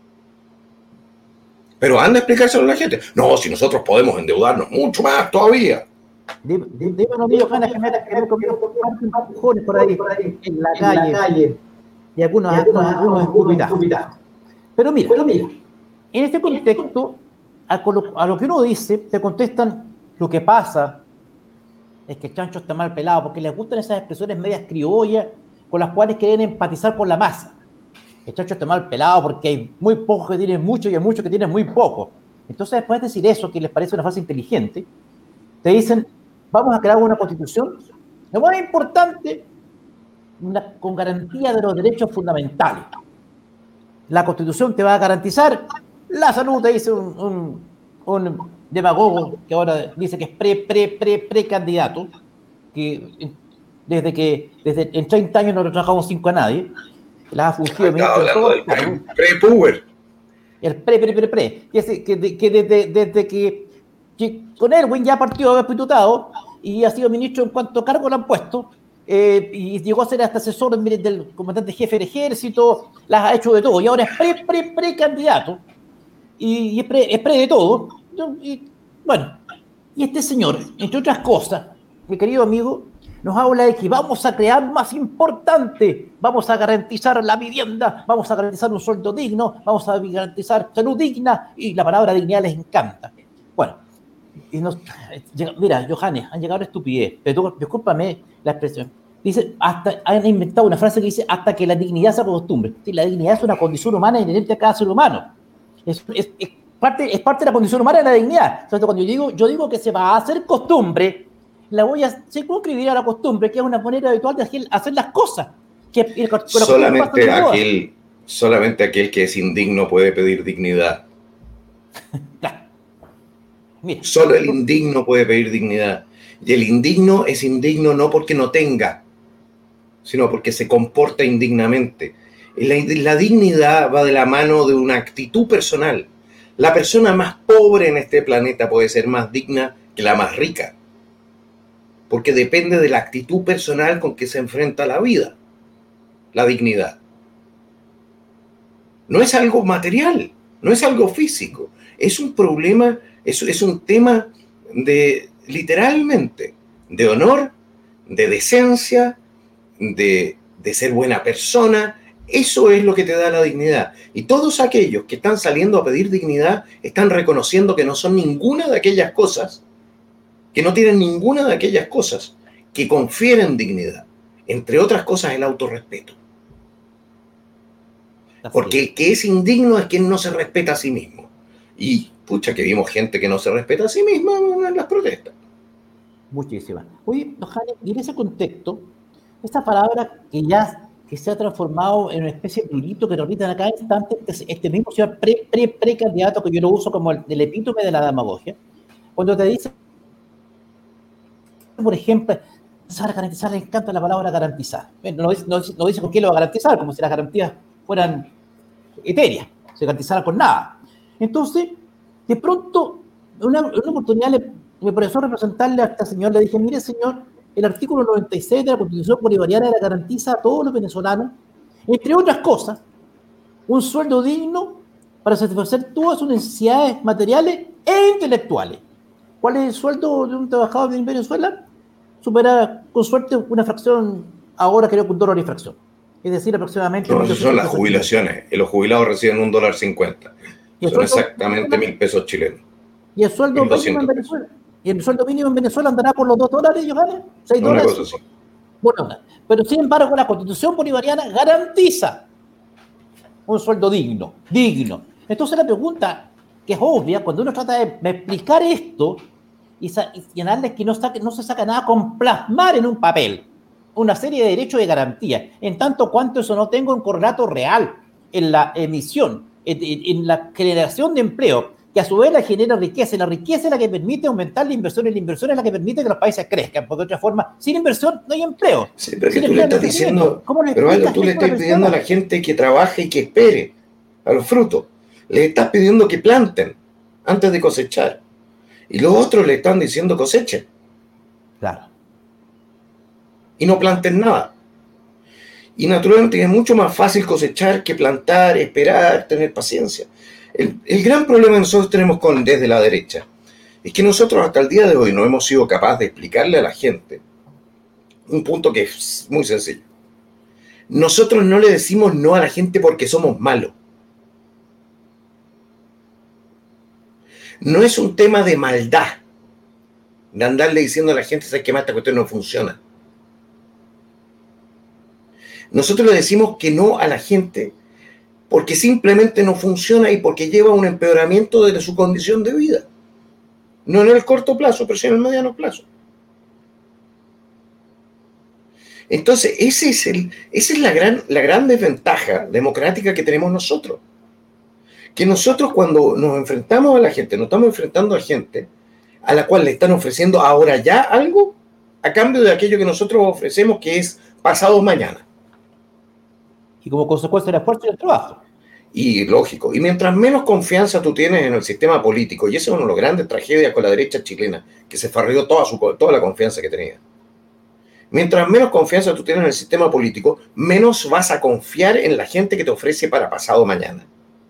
Pero anda a explicárselo a la gente. No, si nosotros podemos endeudarnos mucho más todavía. Dime, dime, no mío, ganas que me que me comido empujones por ahí, por ahí, en la calle, en la calle. Y algunos, y algunos, algunos estúpidas. Pero mira, Pero mira, en este contexto, a lo, a lo que uno dice, te contestan lo que pasa es que Chancho está mal pelado, porque les gustan esas expresiones medias criollas con las cuales quieren empatizar por la masa. El Chancho está mal pelado porque hay muy pocos que tienen mucho y hay muchos que tienen muy poco. Entonces, después de decir eso, que les parece una frase inteligente, te dicen, vamos a crear una constitución, lo más importante, una, con garantía de los derechos fundamentales. La constitución te va a garantizar la salud, te dice un, un, un demagogo que ahora dice que es pre, pre, pre, pre candidato, que desde que desde, en treinta años no le trabajamos cinco a nadie, las ha fungido ministro de todo. Pre-puber. El pre, pre, pre, pre. Que, que, que, que desde, desde que, que con Erwin ya partió diputado y ha sido ministro en cuanto cargo le han puesto, eh, y llegó a ser hasta asesor del comandante jefe del ejército, las ha hecho de todo, y ahora es pre, pre, pre candidato, y, y es, pre, es pre de todo. Y, bueno, y este señor, entre otras cosas, mi querido amigo, nos habla de que vamos a crear más importante, vamos a garantizar la vivienda, vamos a garantizar un sueldo digno, vamos a garantizar salud digna, y la palabra dignidad les encanta. Bueno, y nos, mira, Johannes, han llegado a la estupidez, pero tú, discúlpame la expresión, Dice, hasta, han inventado una frase que dice, hasta que la dignidad se acostumbre. Sí, la dignidad es una condición humana inherente a cada ser humano. Es, es, es, parte, es parte de la condición humana de la dignidad. Entonces, cuando yo digo, yo digo que se va a hacer costumbre, la voy a circunscribir a la costumbre, que es una manera habitual de hacer las cosas. Que, que solamente, aquel, solamente aquel que es indigno puede pedir dignidad. Claro. Mira, Solo el indigno puede pedir dignidad. Y el indigno es indigno no porque no tenga, sino porque se comporta indignamente. La, la dignidad va de la mano de una actitud personal. La persona más pobre en este planeta puede ser más digna que la más rica, porque depende de la actitud personal con que se enfrenta a la vida, la dignidad. No es algo material, no es algo físico, es un problema, es, es un tema de, literalmente, de honor, de decencia, de, de ser buena persona. Eso es lo que te da la dignidad. Y todos aquellos que están saliendo a pedir dignidad están reconociendo que no son ninguna de aquellas cosas, que no tienen ninguna de aquellas cosas que confieren dignidad. Entre otras cosas, el autorrespeto. Porque el que es indigno es quien no se respeta a sí mismo. Y, pucha, que vimos gente que no se respeta a sí misma en las protestas. Muchísimas. Oye, Johannes, y en ese contexto, esta palabra que ya que se ha transformado en una especie de plurito que repiten a cada instante, este mismo señor pre, pre, precandidato que yo lo uso como el, el epítome de la demagogia, cuando te dice, por ejemplo, garantizar, le encanta la palabra garantizar. No, no, no, no dice con qué lo va a garantizar, como si las garantías fueran etéreas, se garantizaran con nada. Entonces, de pronto, una, una oportunidad le, me pareció representarle a este señor, le dije, mire señor, el artículo noventa y seis de la Constitución Bolivariana le garantiza a todos los venezolanos, entre otras cosas, un sueldo digno para satisfacer todas sus necesidades materiales e intelectuales. ¿Cuál es el sueldo de un trabajador en Venezuela? Supera con suerte una fracción, ahora creo que un dólar y fracción. Es decir, aproximadamente... No, esas son las jubilaciones. Y los jubilados reciben un dólar cincuenta. Son exactamente mil pesos chilenos. ¿Y el sueldo mínimo en Venezuela? ¿Y el sueldo mínimo en Venezuela andará por los dos dólares, Johannes? ¿seis dólares? Cosa así. Bueno, pero sin embargo, la Constitución bolivariana garantiza un sueldo digno, digno. Entonces la pregunta, que es obvia, cuando uno trata de explicar esto y señalarles que no, saque, no se saca nada con plasmar en un papel una serie de derechos de garantía, en tanto cuanto eso no tenga un correlato real en la emisión, en, en, en la generación de empleo, que a su vez la genera riqueza, y la riqueza es la que permite aumentar la inversión, y la inversión es la que permite que los países crezcan, porque de otra forma, sin inversión no hay empleo. Sí, pero que tú le estás diciendo, pero algo tú le estás pidiendo a la gente que trabaje y que espere a los frutos. Le estás pidiendo que planten antes de cosechar. Y los otros le están diciendo cosechen. Claro. Y no planten nada. Y naturalmente es mucho más fácil cosechar que plantar, esperar, tener paciencia. El, el gran problema que nosotros tenemos con, desde la derecha es que nosotros hasta el día de hoy no hemos sido capaces de explicarle a la gente un punto que es muy sencillo. Nosotros no le decimos no a la gente porque somos malos. No es un tema de maldad, de andarle diciendo a la gente, ¿sabes qué más? Esta cuestión no funciona. Nosotros le decimos que no a la gente porque simplemente no funciona y porque lleva a un empeoramiento de su condición de vida. No en el corto plazo, pero sí en el mediano plazo. Entonces, ese es el, esa es la gran, la gran desventaja democrática que tenemos nosotros. Que nosotros cuando nos enfrentamos a la gente, nos estamos enfrentando a gente a la cual le están ofreciendo ahora ya algo a cambio de aquello que nosotros ofrecemos, que es pasado mañana. Y como consecuencia del esfuerzo y el trabajo. Y lógico. Y mientras menos confianza tú tienes en el sistema político, y esa es una de las grandes tragedias con la derecha chilena, que se farrió toda, su, toda la confianza que tenía. Mientras menos confianza tú tienes en el sistema político, menos vas a confiar en la gente que te ofrece para pasado mañana.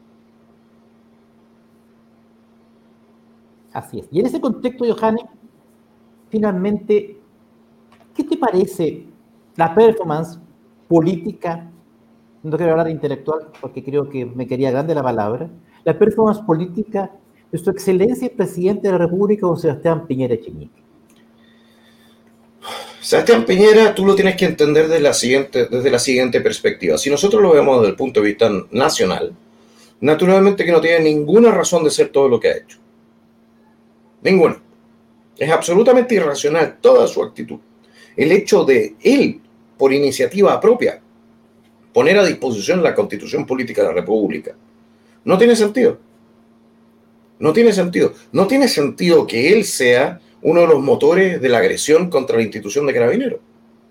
Así es. Y en ese contexto, Johannes, finalmente, ¿qué te parece la performance política? No quiero hablar de intelectual porque creo que me quería grande la palabra. La performance política de su excelencia el presidente de la República, don Sebastián Piñera Echenique. Sebastián Piñera, tú lo tienes que entender desde la siguiente, desde la siguiente perspectiva. Si nosotros lo vemos desde el punto de vista nacional, naturalmente que no tiene ninguna razón de ser todo lo que ha hecho. Ninguna. Es absolutamente irracional toda su actitud. El hecho de él, por iniciativa propia, poner a disposición la Constitución Política de la República, no tiene sentido. No tiene sentido. No tiene sentido que él sea uno de los motores de la agresión contra la institución de Carabineros.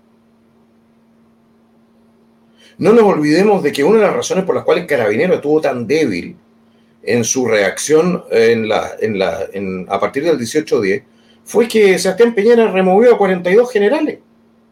No nos olvidemos de que una de las razones por las cuales Carabineros estuvo tan débil en su reacción en la, en la, en, a partir del dieciocho diez fue que Sebastián Piñera removió a cuarenta y dos generales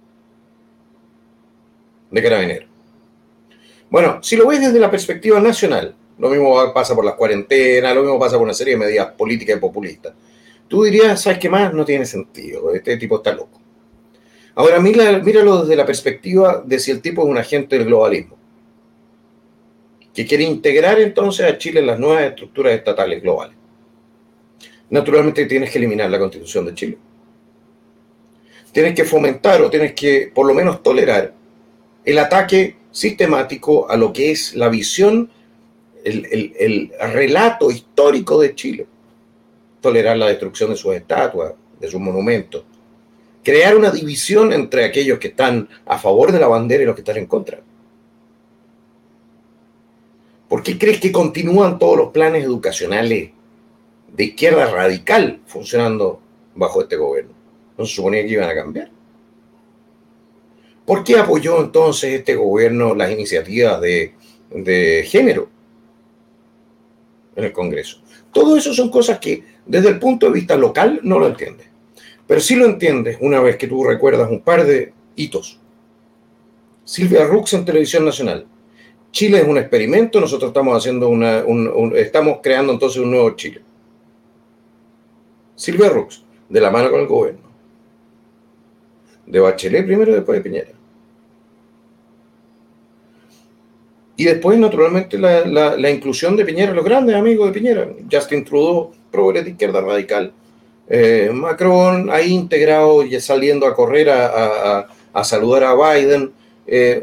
de Carabineros. Bueno, si lo ves desde la perspectiva nacional, lo mismo pasa por las cuarentenas, lo mismo pasa por una serie de medidas políticas y populistas. Tú dirías, ¿sabes qué más? No tiene sentido, este tipo está loco. Ahora míralo, míralo desde la perspectiva de si el tipo es un agente del globalismo, que quiere integrar entonces a Chile en las nuevas estructuras estatales globales. Naturalmente tienes que eliminar la Constitución de Chile. Tienes que fomentar o tienes que por lo menos tolerar el ataque sistemático a lo que es la visión, el, el, el relato histórico de Chile. Tolerar la destrucción de sus estatuas, de sus monumentos. Crear una división entre aquellos que están a favor de la bandera y los que están en contra. ¿Por qué crees que continúan todos los planes educacionales de izquierda radical funcionando bajo este gobierno? ¿No se suponía que iban a cambiar? ¿Por qué apoyó entonces este gobierno las iniciativas de, de género en el Congreso? Todo eso son cosas que desde el punto de vista local no lo entiendes. Pero sí lo entiendes una vez que tú recuerdas un par de hitos. Silvia Rux en Televisión Nacional. Chile es un experimento, nosotros estamos haciendo una, un, un, estamos creando entonces un nuevo Chile. Silvia Rux, de la mano con el gobierno. De Bachelet primero y después de Piñera. Y después, naturalmente, la, la, la inclusión de Piñera, los grandes amigos de Piñera. Justin Trudeau, progres de izquierda radical. Eh, Macron ahí integrado y saliendo a correr a, a, a saludar a Biden. Eh,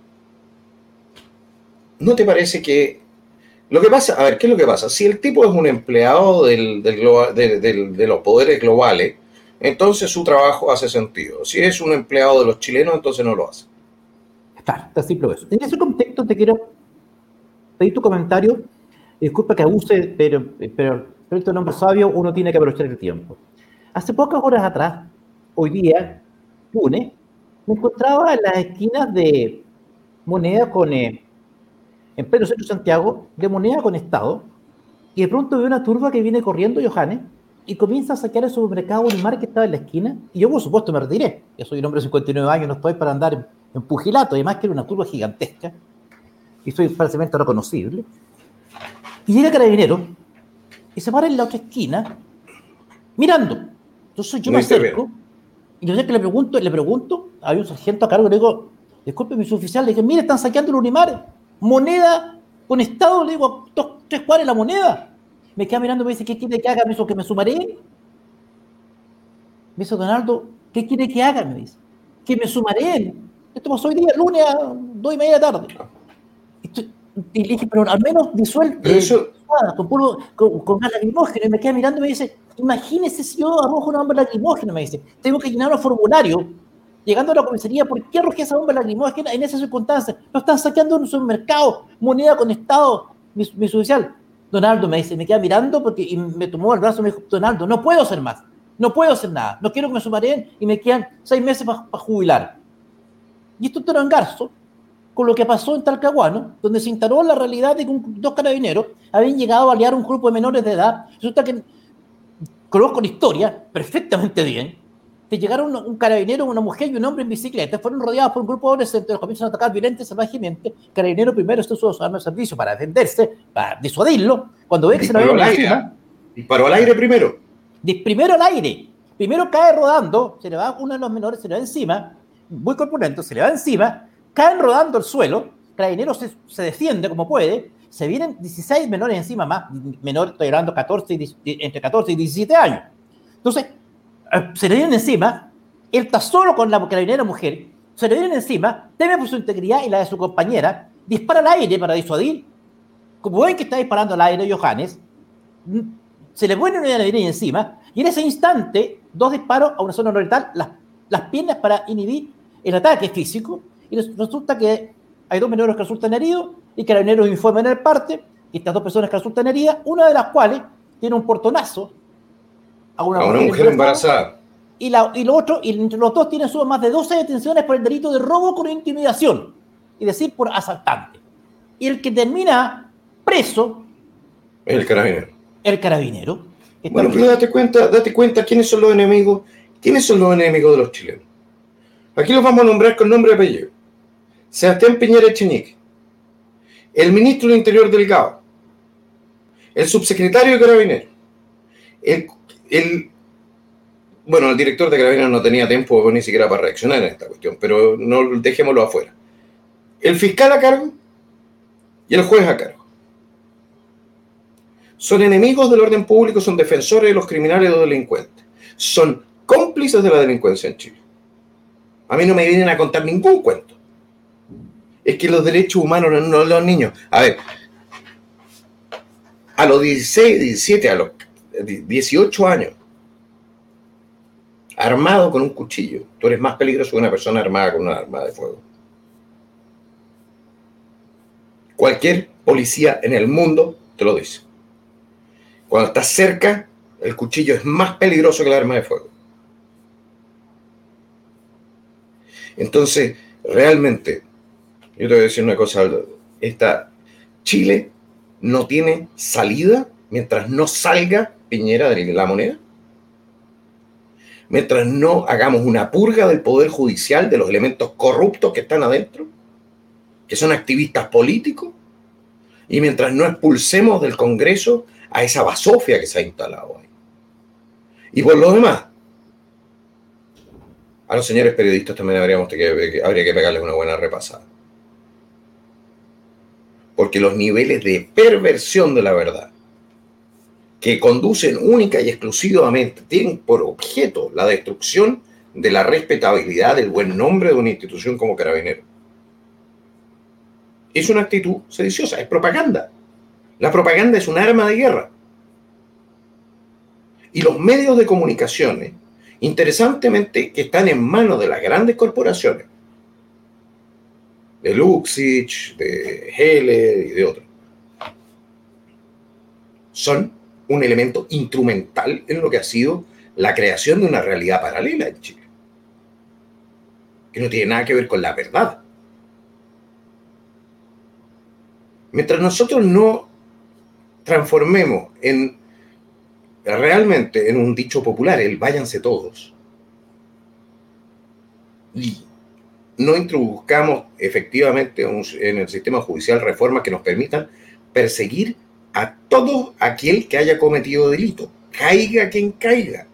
¿No te parece que lo que pasa, a ver, ¿qué es lo que pasa? Si el tipo es un empleado del, del global, de, de, de los poderes globales, entonces su trabajo hace sentido. Si es un empleado de los chilenos, entonces no lo hace. Claro, está simple eso. En ese contexto te quiero pedir tu comentario. Disculpa que abuse, pero, pero, pero este nombre sabio, uno tiene que aprovechar el tiempo. Hace pocas horas atrás, hoy día, lunes, me encontraba en las esquinas de Moneda con, eh, en pleno centro de Santiago, de Moneda con Estado, y de pronto veo una turba que viene corriendo, Johannes, y comienza a saquear el supermercado Unimar que estaba en la esquina, y yo por supuesto me retiré. Yo soy un hombre de cincuenta y nueve años, no estoy para andar en, en pugilato, además que era una turba gigantesca, y soy falsamente reconocible. Y llega Carabinero, y se para en la otra esquina, mirando. Entonces yo me acerco, y yo sé que le pregunto, le pregunto, había un sargento a cargo, le digo, disculpe mi suboficial, le dije, mire, están saqueando el Unimar, Moneda con Estado, le digo, dos, tres cuadras la Moneda. Me queda mirando y me dice, ¿qué quiere que haga? Me dice, ¿que me sumaré? Me dice, Donaldo, ¿qué quiere que haga? Me dice, que me sumaré. Esto pasó hoy día, lunes a dos y media de la tarde. Y le dije, pero al menos disuelte, eso... con, puro, con, con gas lacrimógeno. Y me queda mirando y me dice, imagínese si yo arrojo una bomba lacrimógena, me dice, tengo que llenar un formulario. Llegando a la comisaría, ¿por qué arrojé esa bomba lacrimógena en esas circunstancias? No están saqueando en un supermercado, Moneda con Estado, mi, mi suboficial. Donaldo me dice, me queda mirando porque, y me tomó el brazo y me dijo, Donaldo, no puedo hacer más, no puedo hacer nada, no quiero que me sumareen y me quedan seis meses para pa jubilar. Y esto te lo engarzo con lo que pasó en Talcahuano, donde se instaló la realidad de que un, dos carabineros habían llegado a balear a un grupo de menores de edad. Resulta que, conozco la historia perfectamente bien, que llegaron un, un carabinero, una mujer y un hombre en bicicleta, fueron rodeados por un grupo de adolescentes, los comienzan a atacar violentamente y salvajemente. Carabinero primero está usando su arma de servicio para defenderse, para disuadirlo. Cuando ve que disparó se lo ven encima, disparó al aire primero. Primero al aire. Primero cae rodando, se le va uno de los menores, se le va encima, muy corpulento, se le va encima, caen rodando al suelo, Carabinero se, se defiende como puede, se vienen dieciséis menores encima más, menor, estoy hablando catorce y, entre catorce y diecisiete años. Entonces, se le vienen encima, él está solo con la carabinera mujer, se le vienen encima, teme por su integridad y la de su compañera, dispara al aire para disuadir. Como ven que está disparando al aire Johannes, se le pone una carabinera encima, y en ese instante, dos disparos a una zona no letal, las, las piernas para inhibir el ataque físico, y resulta que hay dos menores que resultan heridos, y carabineros informan en el parte, y estas dos personas que resultan heridas, una de las cuales tiene un portonazo a una, a mujer, una mujer embarazada, embarazada. Y, la, y, lo otro, y entre los dos tienen suban más de doce detenciones por el delito de robo con intimidación, es decir, por asaltante. Y el que termina preso, el carabinero. El carabinero. Bueno, pero date cuenta, date cuenta quiénes son los enemigos, quiénes son los enemigos de los chilenos. Aquí los vamos a nombrar con nombre y apellido. Sebastián Piñera Echenique, el ministro del Interior Delgado, el subsecretario de Carabineros, el, el bueno, el director de Carabineros no tenía tiempo ni siquiera para reaccionar en esta cuestión, pero no dejémoslo afuera. El fiscal a cargo y el juez a cargo. Son enemigos del orden público, son defensores de los criminales o delincuentes. Son cómplices de la delincuencia en Chile. A mí no me vienen a contar ningún cuento. Es que los derechos humanos, no los niños. A ver, a los dieciséis, diecisiete, a los dieciocho años, armado con un cuchillo, tú eres más peligroso que una persona armada con una arma de fuego. Cualquier policía en el mundo te lo dice. Cuando estás cerca, el cuchillo es más peligroso que la arma de fuego. Entonces, realmente, yo te voy a decir una cosa, esta, Chile no tiene salida mientras no salga Piñera de la moneda. Mientras no hagamos una purga del poder judicial, de los elementos corruptos que están adentro, que son activistas políticos, y mientras no expulsemos del Congreso a esa basofia que se ha instalado ahí. Y por lo demás, a los señores periodistas también habríamos que, habría que pegarles una buena repasada. Porque los niveles de perversión de la verdad, que conducen única y exclusivamente, tienen por objeto la destrucción de la respetabilidad, del buen nombre de una institución como Carabineros. Es una actitud sediciosa, es propaganda. La propaganda es un arma de guerra. Y los medios de comunicación, interesantemente, que están en manos de las grandes corporaciones, de Luxich, de Heller y de otros, son un elemento instrumental en lo que ha sido la creación de una realidad paralela en Chile, que no tiene nada que ver con la verdad. Mientras nosotros no transformemos en realmente en un dicho popular, el váyanse todos, y no introduzcamos efectivamente un, en el sistema judicial reformas que nos permitan perseguir a todo aquel que haya cometido delito, caiga quien caiga,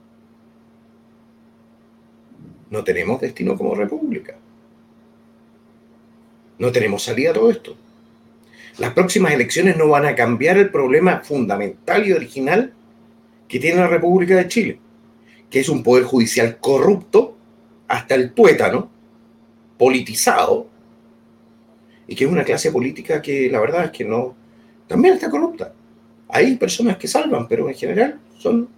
no tenemos destino como república. No tenemos salida a todo esto. Las próximas elecciones no van a cambiar el problema fundamental y original que tiene la República de Chile, que es un poder judicial corrupto hasta el tuétano, politizado, y que es una clase política que la verdad es que no, también está corrupta. Hay personas que salvan, pero en general son,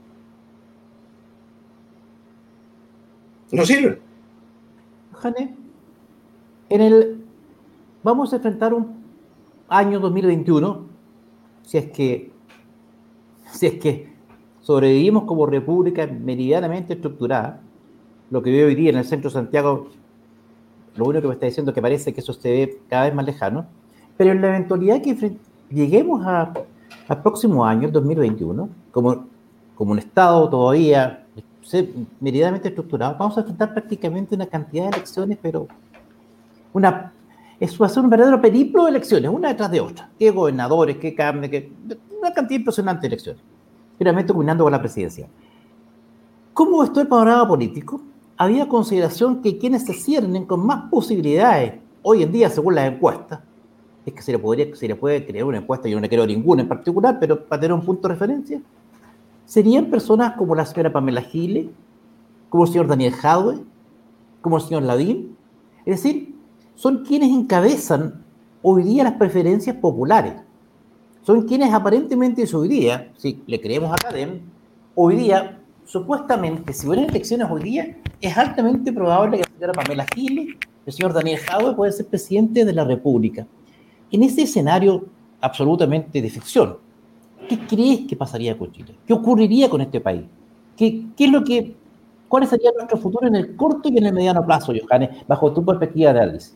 no sirven. Jane, en el, vamos a enfrentar un año dos mil veintiuno, si es que, si es que sobrevivimos como república meridianamente estructurada. Lo que veo hoy día en el centro de Santiago, lo único que me está diciendo es que parece que eso se ve cada vez más lejano, pero en la eventualidad que lleguemos a, al próximo año, el dos mil veintiuno, como, como un Estado todavía meridianamente estructurado, vamos a enfrentar prácticamente una cantidad de elecciones, pero una, eso va a ser un verdadero periplo de elecciones, una detrás de otra. Qué gobernadores, qué carne, qué, una cantidad impresionante de elecciones, finalmente culminando con la presidencia. ¿Cómo está el panorama político? Había consideración que quienes se ciernen con más posibilidades hoy en día, según las encuestas, es que se le, podría, se le puede crear una encuesta, yo no le creo ninguna en particular, pero para tener un punto de referencia, serían personas como la señora Pamela Giles, como el señor Daniel Jadwe, como el señor Lavín. Es decir, son quienes encabezan hoy día las preferencias populares. Son quienes aparentemente hoy día, si le creemos a Cadem, hoy día, supuestamente, si hubiera elecciones hoy día, es altamente probable que la señora Pamela Giles, el señor Daniel Jadwe pueda ser presidente de la República. En ese escenario absolutamente de ficción, ¿qué crees que pasaría con Chile? ¿Qué ocurriría con este país? ¿Qué, qué es lo que, ¿Cuál sería nuestro futuro en el corto y en el mediano plazo, Johannes, bajo tu perspectiva de análisis?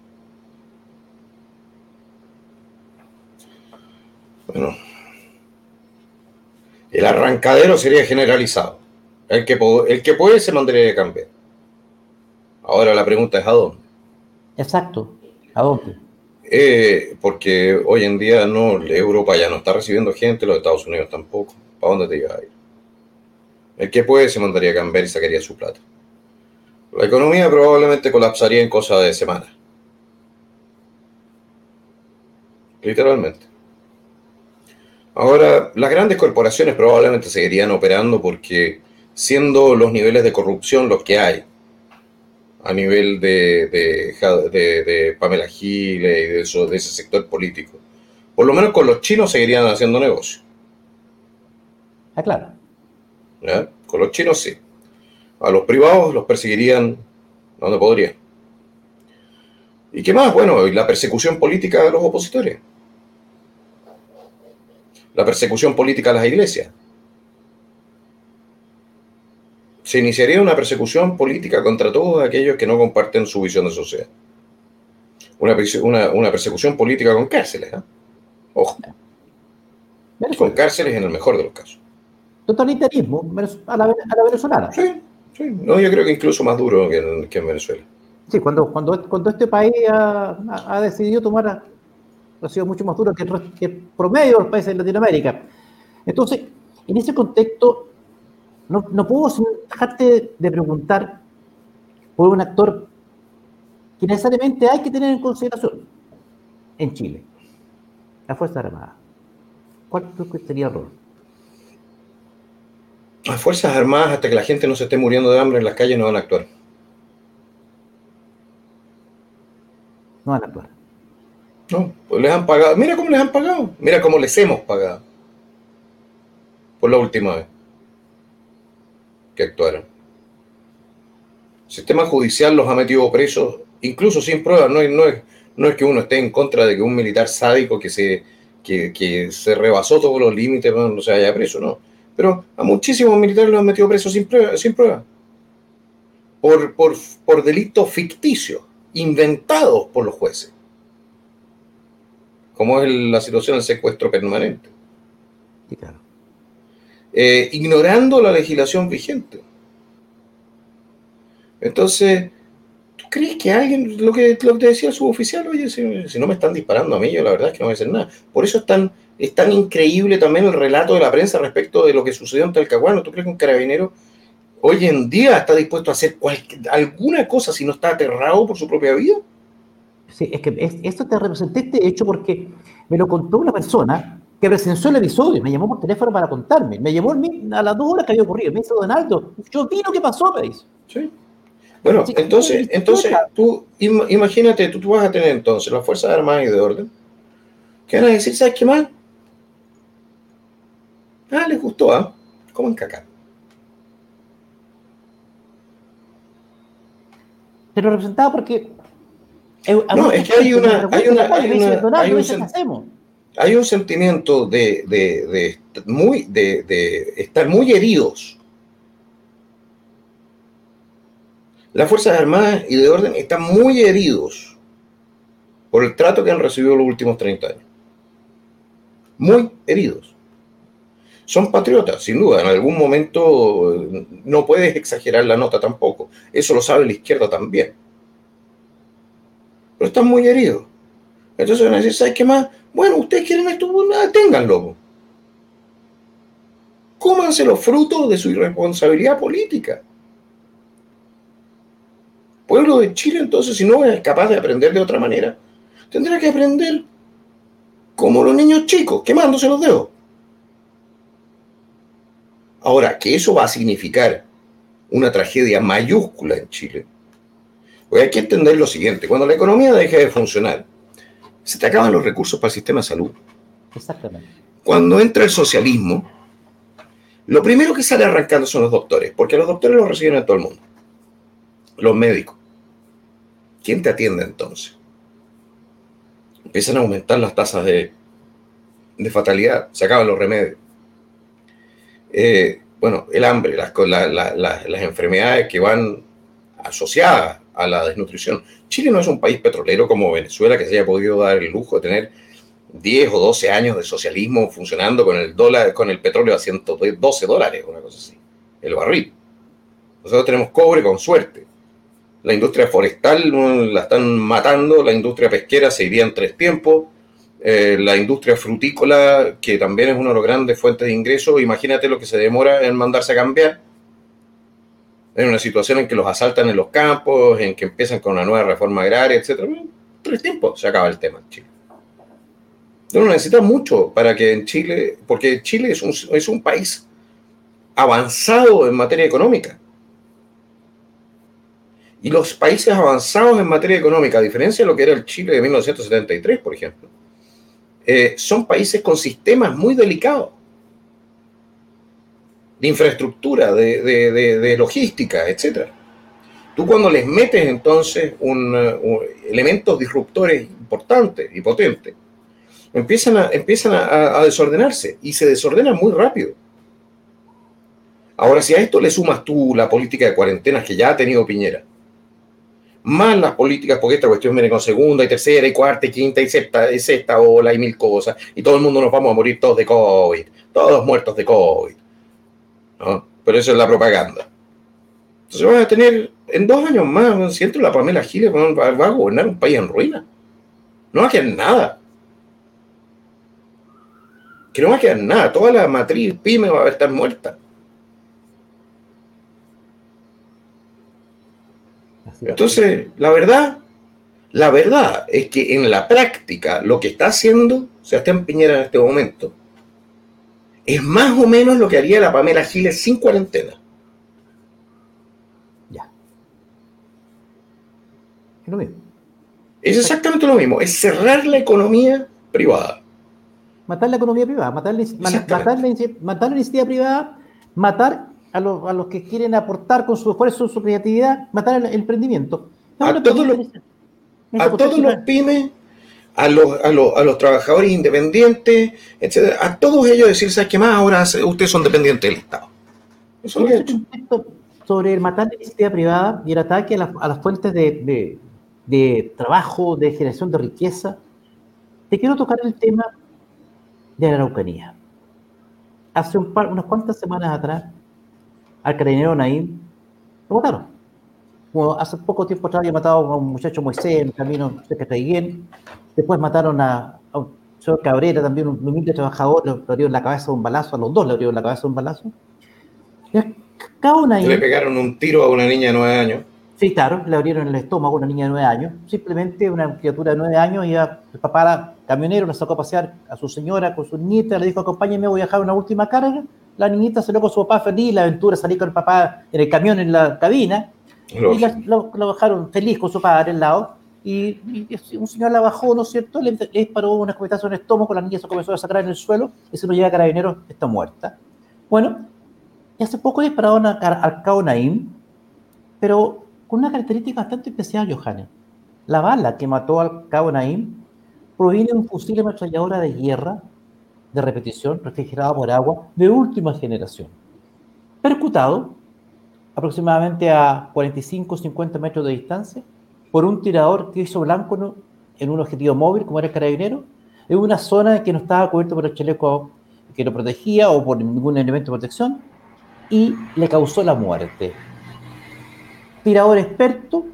Bueno, el arrancadero sería generalizado. El que, el que puede se mandaría a cambiar. Ahora la pregunta es ¿a dónde? Exacto, ¿a dónde? Eh, porque hoy en día no, Europa ya no está recibiendo gente, los Estados Unidos tampoco. ¿Para dónde te ibas a ir? El que puede se mandaría a cambiar y sacaría su plata. La economía probablemente colapsaría en cosa de semanas. Literalmente. Ahora, las grandes corporaciones probablemente seguirían operando porque siendo los niveles de corrupción los que hay, a nivel de, de, de, de Pamela Giles y de, eso, de ese sector político, por lo menos con los chinos seguirían haciendo negocio. Ah, claro. ¿Ya? Con los chinos sí. A los privados los perseguirían donde podrían. ¿Y qué más? Bueno, la persecución política de los opositores. La persecución política a las iglesias. Se iniciaría una persecución política contra todos aquellos que no comparten su visión de sociedad. Una, una, una persecución política con cárceles, ¿eh? Ojo. Con cárceles en el mejor de los casos. Totalitarismo a la, a la venezolana. Sí, sí. No, yo creo que incluso más duro que en, que en Venezuela. Sí, cuando, cuando, cuando este país ha, ha, ha decidido tomar, ha sido mucho más duro que el, que el promedio de los países de Latinoamérica. Entonces, en ese contexto, no, no puedo dejarte de preguntar por un actor que necesariamente hay que tener en consideración en Chile, la Fuerza Armada. ¿Cuál sería el rol? Las Fuerzas Armadas, hasta que la gente no se esté muriendo de hambre en las calles, no van a actuar. No van a actuar. No, pues les han pagado. Mira cómo les han pagado. Mira cómo les hemos pagado. Por la última vez que actuaron. El sistema judicial los ha metido presos, incluso sin pruebas. No es, no es, no es que uno esté en contra de que un militar sádico que se, que, que se rebasó todos los límites no se haya preso, no. Pero a muchísimos militares los han metido presos sin pruebas. Sin prueba. Por, por, por delitos ficticios, inventados por los jueces. Como es la situación del secuestro permanente. Sí, claro. Eh, ignorando la legislación vigente. Entonces, ¿tú crees que alguien, lo que, lo que te decía el suboficial, oye, si, si no me están disparando a mí, yo la verdad es que no voy a hacer nada? Por eso es tan, es tan increíble también el relato de la prensa respecto de lo que sucedió en Talcahuano. ¿Tú crees que un carabinero hoy en día está dispuesto a hacer cualquier, alguna cosa si no está aterrado por su propia vida? Sí, es que es, esto te representé este hecho porque me lo contó una persona que presenció el episodio, me llamó por teléfono para contarme, me llamó a las dos horas que había ocurrido, me dice, Donaldo, yo vi lo que pasó, me dice. Sí. Bueno, sí, entonces, entonces tú imagínate, tú, tú vas a tener entonces las Fuerzas Armadas y de Orden, que van a decir, ¿sabes qué más? Ah, les gustó, ¿ah? ¿eh? Coman caca. Te lo representaba porque... No, es que hay una... Hay, una, hay, una, hay, un, sen, hay un sentimiento de, de, de, muy, de, de estar muy heridos. Las Fuerzas Armadas y de Orden están muy heridos por el trato que han recibido los últimos treinta años. Muy heridos. Son patriotas, sin duda. En algún momento no puedes exagerar la nota tampoco. Eso lo sabe la izquierda también. Pero están muy heridos. Entonces van a decir, ¿sabes qué más? Bueno, ustedes quieren esto, pues nada, ténganlo. Cómanse los frutos de su irresponsabilidad política. Pueblo de Chile, entonces, si no es capaz de aprender de otra manera, tendrá que aprender como los niños chicos, quemándose los dedos. Ahora, que eso va a significar una tragedia mayúscula en Chile. Porque hay que entender lo siguiente, cuando la economía deje de funcionar, se te acaban los recursos para el sistema de salud. Exactamente. Cuando entra el socialismo, lo primero que sale arrancando son los doctores, porque los doctores los reciben en todo el mundo. Los médicos. ¿Quién te atiende entonces? Empiezan a aumentar las tasas de, de fatalidad, se acaban los remedios. Eh, bueno, el hambre, las, la, la, la, las enfermedades que van asociadas a la desnutrición. Chile no es un país petrolero como Venezuela que se haya podido dar el lujo de tener diez o doce años de socialismo funcionando con el dólar, con el petróleo a ciento doce dólares, una cosa así, el barril. Nosotros tenemos cobre con suerte. La industria forestal la están matando, la industria pesquera se iría en tres tiempos, eh, la industria frutícola, que también es una de las grandes fuentes de ingresos, imagínate lo que se demora en mandarse a cambiar, en una situación en que los asaltan en los campos, en que empiezan con una nueva reforma agraria, etcétera. Tres tiempos se acaba el tema en Chile. No necesita mucho para que en Chile, porque Chile es un, es un país avanzado en materia económica. Y los países avanzados en materia económica, a diferencia de lo que era el Chile de mil novecientos setenta y tres, por ejemplo, eh, son países con sistemas muy delicados de infraestructura, de, de, de, de logística, etcétera. Tú cuando les metes entonces un, un, elementos disruptores importantes y potentes, empiezan, a, empiezan a, a desordenarse y se desordenan muy rápido. Ahora, si a esto le sumas tú la política de cuarentenas que ya ha tenido Piñera, más las políticas, porque esta cuestión viene con segunda y tercera y cuarta y quinta y sexta, y sexta ola y mil cosas, y todo el mundo nos vamos a morir todos de COVID, todos muertos de COVID, ¿no? Pero eso es la propaganda. Entonces vas a tener, en dos años más, si entra la Pamela Giles, va, va a gobernar un país en ruina. No va a quedar nada. Que no va a quedar nada. Toda la matriz pyme va a estar muerta. Entonces, la verdad, la verdad es que en la práctica lo que está haciendo Sebastián Piñera en este momento es más o menos lo que haría la Pamela Giles sin cuarentena. Ya. Es lo mismo. Es exactamente lo mismo. Es cerrar la economía privada. Matar la economía privada, matar la, matar la, matar la iniciativa privada, matar a los, a los que quieren aportar con su esfuerzo, su creatividad, matar el, el emprendimiento. A todos los, a todos los pymes, a los, a, los, a los trabajadores independientes, etcétera, a todos ellos decir, ¿sabes qué más? Ahora ustedes son dependientes del Estado. Eso es lo que he hecho. Sobre el matar la iniciativa privada y el ataque a, la, a las fuentes de, de, de trabajo, de generación de riqueza, te quiero tocar el tema de la Araucanía. Hace un par, unas cuantas semanas atrás, al carabinero Naim lo mataron. Como hace poco tiempo atrás había matado a un muchacho Moisés en el camino cerca de Traiguén. Después mataron a, a un señor Cabrera, también un humilde trabajador, le abrieron la cabeza de un balazo, a los dos le abrieron la cabeza de un balazo. Y a Cabo Naim, le pegaron un tiro a una niña de nueve años. Sí, claro, le abrieron el estómago a una niña de nueve años. Simplemente una criatura de nueve años, y el papá era camionero, la sacó a pasear a su señora con su nieta, le dijo, acompáñeme, voy a dejar una última carga. La niñita salió con su papá feliz, la aventura salir con el papá en el camión, en la cabina, Lógico. y la, lo, lo bajaron feliz con su padre al lado, y, y un señor la bajó, ¿no es cierto?, le, le disparó una escopetazo en el estómago, la niña se comenzó a sacrar en el suelo, y se lo lleva a Carabineros, está muerta. Bueno, y hace poco dispararon al Cabo Naim, pero con una característica bastante especial, Johannes. La bala que mató al Cabo Naim proviene de un fusil de ametralladora de guerra de repetición, refrigerado por agua, de última generación, percutado aproximadamente a cuarenta y cinco a cincuenta metros de distancia por un tirador que hizo blanco en un objetivo móvil, como era el carabinero, en una zona que no estaba cubierta por el chaleco que lo protegía o por ningún elemento de protección, y le causó la muerte. Tirador experto,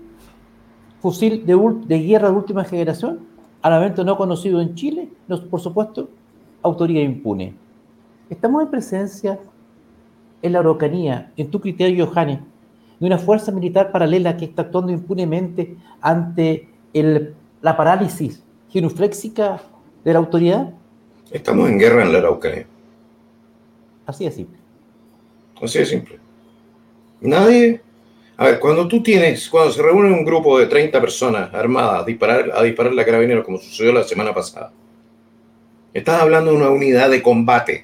fusil de, de guerra de última generación, armamento no conocido en Chile, no, por supuesto, autoría impune. Estamos en presencia, en la Araucanía, en tu criterio, Johannes, de una fuerza militar paralela que está actuando impunemente ante el, la parálisis genuflexica de la autoridad. Estamos en guerra en la Araucanía. Así de simple. Así de simple. Nadie. A ver, cuando tú tienes, cuando se reúne un grupo de treinta personas armadas a disparar, a disparar a carabineros, como sucedió la semana pasada, estás hablando de una unidad de combate.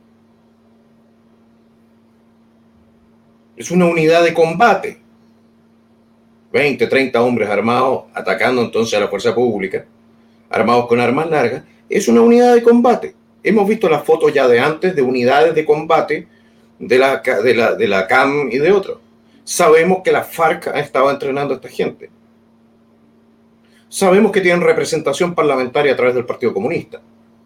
Es una unidad de combate. veinte, treinta hombres armados atacando entonces a la fuerza pública, armados con armas largas. Es una unidad de combate. Hemos visto las fotos ya de antes de unidades de combate de la, de la, de la C A M y de otros. Sabemos que la FARC ha estado entrenando a esta gente. Sabemos que tienen representación parlamentaria a través del Partido Comunista.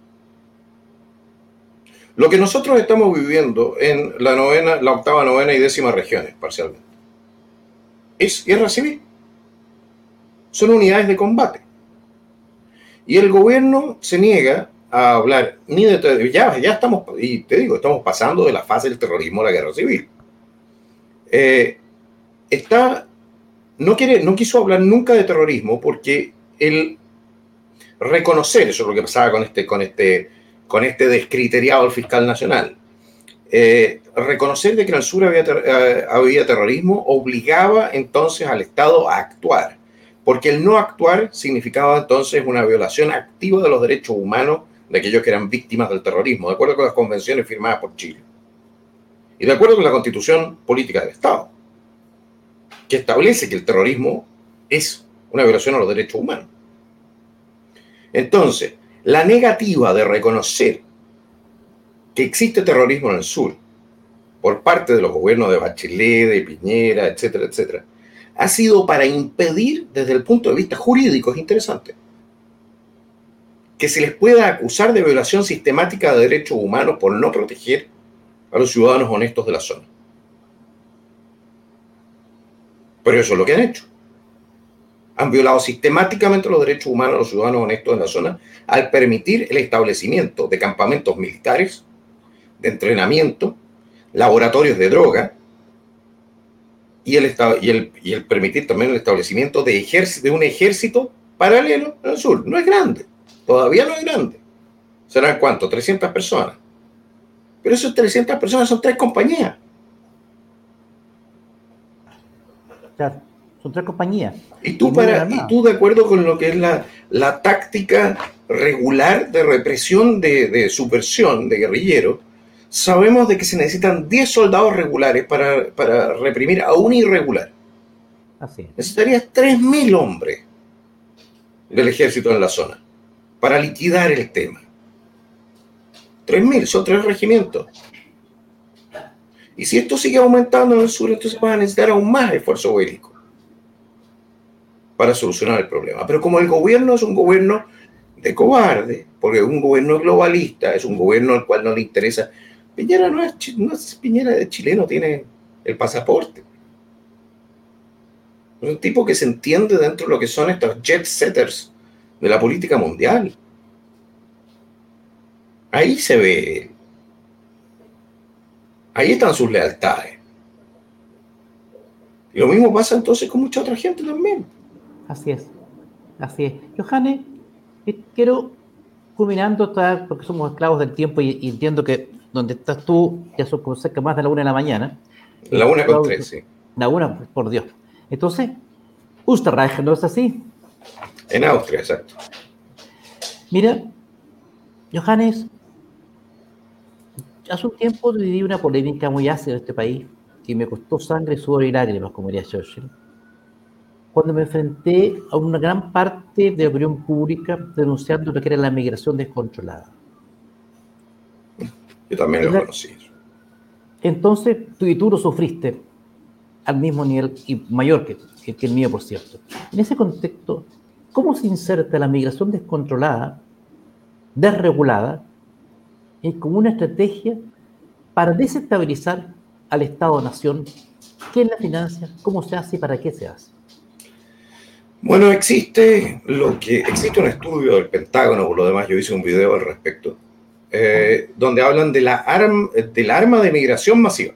Lo que nosotros estamos viviendo en la novena, la octava, novena y décima regiones, parcialmente, es guerra civil. Son unidades de combate. Y el gobierno se niega a hablar ni de... Ya, ya estamos, y te digo, estamos pasando de la fase del terrorismo a la guerra civil. Eh, está, no, quiere, no quiso hablar nunca de terrorismo porque el reconocer, eso es lo que pasaba con este, con este, con este descriteriado del fiscal nacional, eh, reconocer de que en el sur había, ter, eh, había terrorismo obligaba entonces al Estado a actuar, porque el no actuar significaba entonces una violación activa de los derechos humanos de aquellos que eran víctimas del terrorismo, de acuerdo con las convenciones firmadas por Chile y de acuerdo con la Constitución Política del Estado, que establece que el terrorismo es una violación a los derechos humanos. Entonces, la negativa de reconocer que existe terrorismo en el sur por parte de los gobiernos de Bachelet, de Piñera, etcétera, etcétera, ha sido para impedir, desde el punto de vista jurídico, es interesante, que se les pueda acusar de violación sistemática de derechos humanos por no proteger a los ciudadanos honestos de la zona. Pero eso es lo que han hecho. Han violado sistemáticamente los derechos humanos de los ciudadanos honestos en la zona al permitir el establecimiento de campamentos militares, de entrenamiento, laboratorios de droga y el, y el, y el permitir también el establecimiento de, de un ejército paralelo en el sur. No es grande, todavía no es grande. ¿Serán cuánto? trescientas personas. Pero esas trescientas personas son tres compañías. Claro, son tres compañías. Y tú, para, y tú de acuerdo con lo que es la, la táctica regular de represión, de, de subversión, de guerrillero, sabemos de que se necesitan diez soldados regulares para, para reprimir a un irregular. Así es. Necesitarías tres mil hombres del ejército en la zona para liquidar el tema. tres mil, son tres regimientos. Y si esto sigue aumentando en el sur, entonces van a necesitar aún más esfuerzo bélico para solucionar el problema. Pero como el gobierno es un gobierno de cobarde, porque es un gobierno globalista, es un gobierno al cual no le interesa. Piñera no es, no es Piñera de chileno, tiene el pasaporte. Es un tipo que se entiende dentro de lo que son estos jet setters de la política mundial. Ahí se ve. Ahí están sus lealtades. Y lo mismo pasa entonces con mucha otra gente también. Así es. Así es. Johannes, quiero, culminando, porque somos esclavos del tiempo y, y entiendo que donde estás tú ya son como cerca más de la una de la mañana. La una con tres, sí. La una, por Dios. Entonces, Österreich, ¿no es así? En Austria, exacto. Mira, Johannes, hace un tiempo viví una polémica muy ácida en este país que me costó sangre, sudor y lágrimas, como diría Churchill, cuando me enfrenté a una gran parte de la opinión pública denunciando lo que era la migración descontrolada. Yo también lo conocí. Entonces, tú y tú lo sufriste al mismo nivel y mayor que, que, que el mío, por cierto. En ese contexto, ¿cómo se inserta la migración descontrolada, desregulada, y como una estrategia para desestabilizar al Estado-Nación? ¿Quién la financia? ¿Cómo se hace y para qué se hace? Bueno, existe lo que existe un estudio del Pentágono, por lo demás yo hice un video al respecto, eh, donde hablan de la, arm, del arma de migración masiva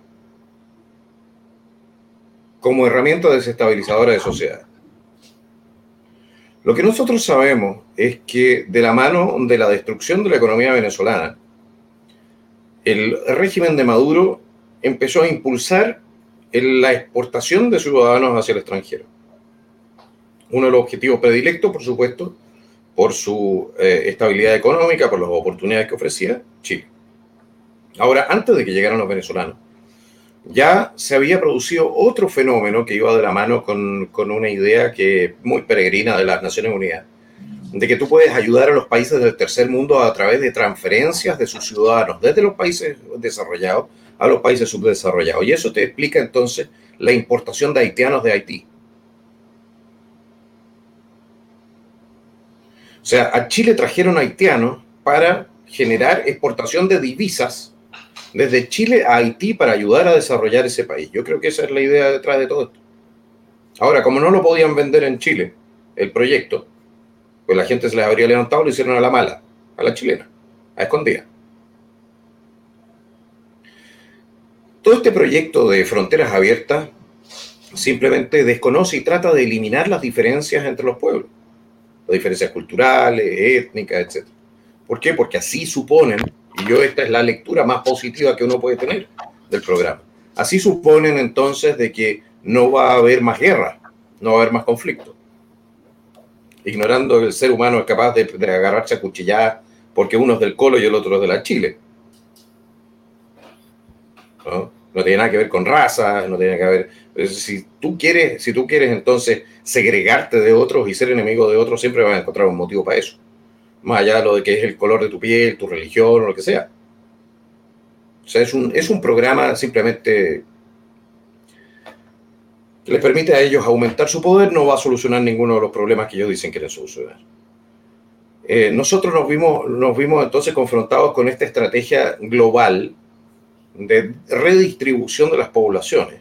como herramienta desestabilizadora de sociedad. Lo que nosotros sabemos es que de la mano de la destrucción de la economía venezolana, el régimen de Maduro empezó a impulsar en la exportación de ciudadanos hacia el extranjero. Uno de los objetivos predilectos, por supuesto, por su eh, estabilidad económica, por las oportunidades que ofrecía Chile. Ahora, antes de que llegaran los venezolanos, ya se había producido otro fenómeno que iba de la mano con, con una idea que muy peregrina de las Naciones Unidas, de que tú puedes ayudar a los países del tercer mundo a través de transferencias de sus ciudadanos desde los países desarrollados a los países subdesarrollados. Y eso te explica entonces la importación de haitianos de Haití. O sea, a Chile trajeron haitianos para generar exportación de divisas desde Chile a Haití para ayudar a desarrollar ese país. Yo creo que esa es la idea detrás de todo esto. Ahora, como no lo podían vender en Chile, el proyecto, pues la gente se les habría levantado y lo hicieron a la mala, a la chilena, a escondida. Todo este proyecto de fronteras abiertas simplemente desconoce y trata de eliminar las diferencias entre los pueblos, las diferencias culturales, étnicas, etcétera. ¿Por qué? Porque así suponen, y yo esta es la lectura más positiva que uno puede tener del programa, así suponen entonces de que no va a haber más guerra, no va a haber más conflicto, ignorando que el ser humano es capaz de, de agarrarse a cuchilladas porque uno es del Colo y el otro es de la Chile. ¿No? No tiene nada que ver con raza, no tiene que ver. Si tú quieres, si tú quieres entonces segregarte de otros y ser enemigo de otros, siempre vas a encontrar un motivo para eso. Más allá de lo de que es el color de tu piel, tu religión o lo que sea. O sea, es un, es un programa simplemente que les permite a ellos aumentar su poder, no va a solucionar ninguno de los problemas que ellos dicen quieren solucionar. Eh, nosotros nos vimos, nos vimos entonces confrontados con esta estrategia global de redistribución de las poblaciones.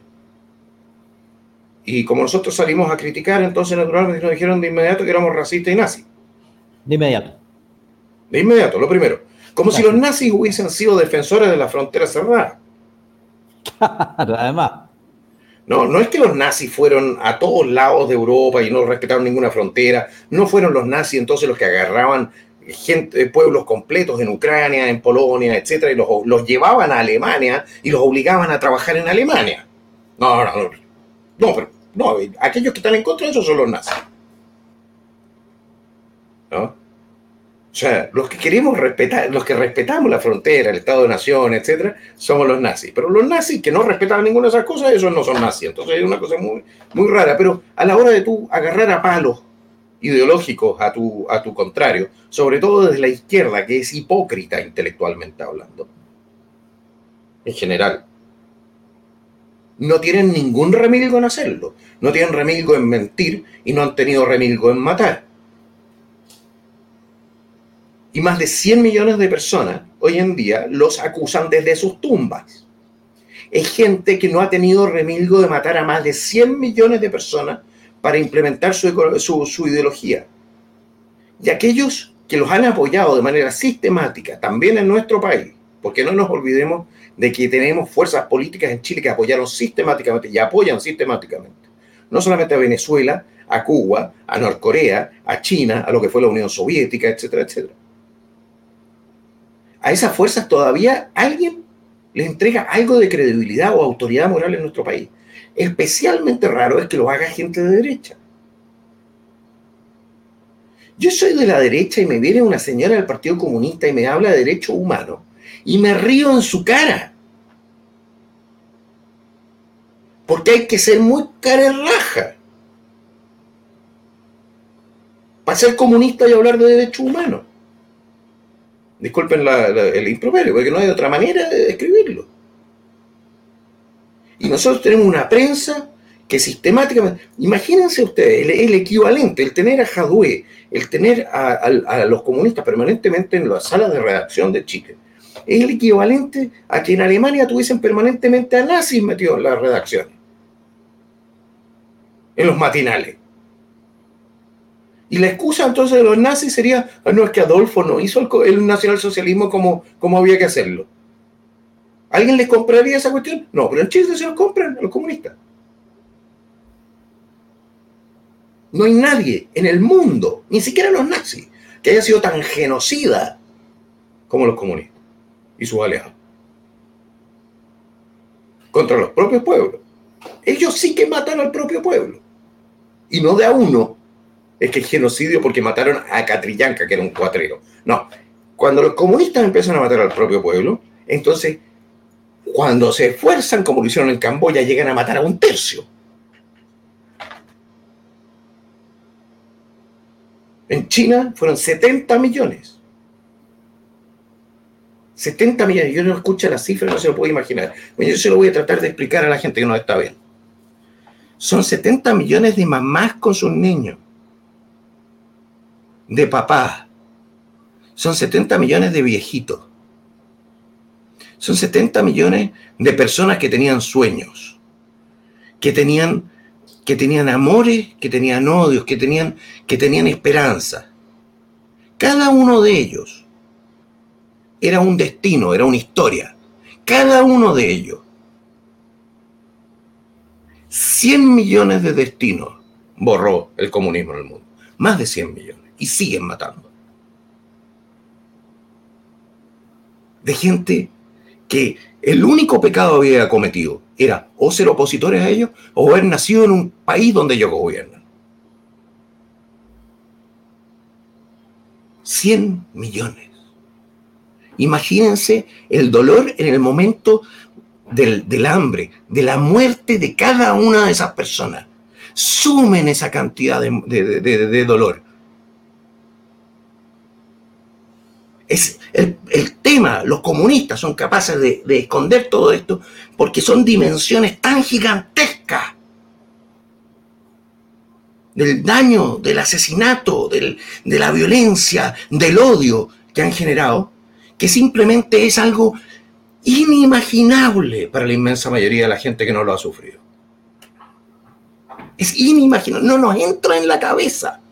Y como nosotros salimos a criticar, entonces naturalmente nos dijeron de inmediato que éramos racistas y nazis. De inmediato. De inmediato, lo primero. Como Gracias. Si los nazis hubiesen sido defensores de la frontera cerrada. Además. No, no es que los nazis fueron a todos lados de Europa y no respetaron ninguna frontera. No fueron los nazis entonces los que agarraban gente, pueblos completos en Ucrania, en Polonia, etcétera, y los, los llevaban a Alemania y los obligaban a trabajar en Alemania. No, no, no. No, pero no, aquellos que están en contra de eso son los nazis. ¿No? O sea, los que queremos respetar, los que respetamos la frontera, el Estado de Nación, etcétera, somos los nazis. Pero los nazis que no respetan ninguna de esas cosas, esos no son nazis. Entonces es una cosa muy, muy rara. Pero a la hora de tú agarrar a palos ideológicos a tu, a tu contrario, sobre todo desde la izquierda, que es hipócrita intelectualmente hablando, en general, no tienen ningún remilgo en hacerlo. No tienen remilgo en mentir y no han tenido remilgo en matar. Y más de cien millones de personas hoy en día los acusan desde sus tumbas. Es gente que no ha tenido remilgo de matar a más de cien millones de personas para implementar su, su, su ideología. Y aquellos que los han apoyado de manera sistemática, también en nuestro país, porque no nos olvidemos de que tenemos fuerzas políticas en Chile que apoyaron sistemáticamente y apoyan sistemáticamente, no solamente a Venezuela, a Cuba, a Norcorea, a China, a lo que fue la Unión Soviética, etcétera, etcétera. A esas fuerzas todavía alguien les entrega algo de credibilidad o autoridad moral en nuestro país. Especialmente raro es que lo haga gente de derecha. Yo soy de la derecha y me viene una señora del Partido Comunista y me habla de derechos humanos y me río en su cara. Porque hay que ser muy carerraja para ser comunista y hablar de derechos humanos. Disculpen la, la, el improperio, porque no hay otra manera de escribirlo. Y nosotros tenemos una prensa que sistemáticamente... Imagínense ustedes, el, el equivalente, el tener a Jadwe, el tener a, a, a los comunistas permanentemente en las salas de redacción de Chile, es el equivalente a que en Alemania tuviesen permanentemente a nazis metidos en las redacciones, en los matinales. Y la excusa entonces de los nazis sería, ah, no, es que Adolfo no hizo el, el nacionalsocialismo como, como había que hacerlo. ¿Alguien les compraría esa cuestión? No, pero en Chile se los compran a los comunistas. No hay nadie en el mundo, ni siquiera los nazis, que haya sido tan genocida como los comunistas y sus aliados. Contra los propios pueblos. ellos sí que matan al propio pueblo. Y no de a uno. Es que es genocidio porque mataron a Catrillanca, que era un cuatrero. No. Cuando los comunistas empiezan a matar al propio pueblo, entonces, cuando se esfuerzan, como lo hicieron en Camboya, llegan a matar a un tercio. En China fueron setenta millones. setenta millones. Yo no escucho la cifra, no se lo puedo imaginar. Bueno, yo se lo voy a tratar de explicar a la gente que no está viendo. Son setenta millones de mamás con sus niños. De papás. Son setenta millones de viejitos. Son setenta millones de personas que tenían sueños. Que tenían, que tenían amores, que tenían odios, que tenían, que tenían esperanza. Cada uno de ellos era un destino, era una historia. Cada uno de ellos. cien millones de destinos borró el comunismo en el mundo. Más de cien millones. Y siguen matando. De gente que el único pecado que había cometido era o ser opositores a ellos o haber nacido en un país donde ellos gobiernan. cien millones. Imagínense el dolor en el momento del, del hambre, de la muerte de cada una de esas personas. Sumen esa cantidad de, de, de, de dolor. Es el, el tema, los comunistas son capaces de, de esconder todo esto porque son dimensiones tan gigantescas del daño, del asesinato, del, de la violencia, del odio que han generado, que simplemente es algo inimaginable para la inmensa mayoría de la gente que no lo ha sufrido. Es inimaginable, no nos entra en la cabeza.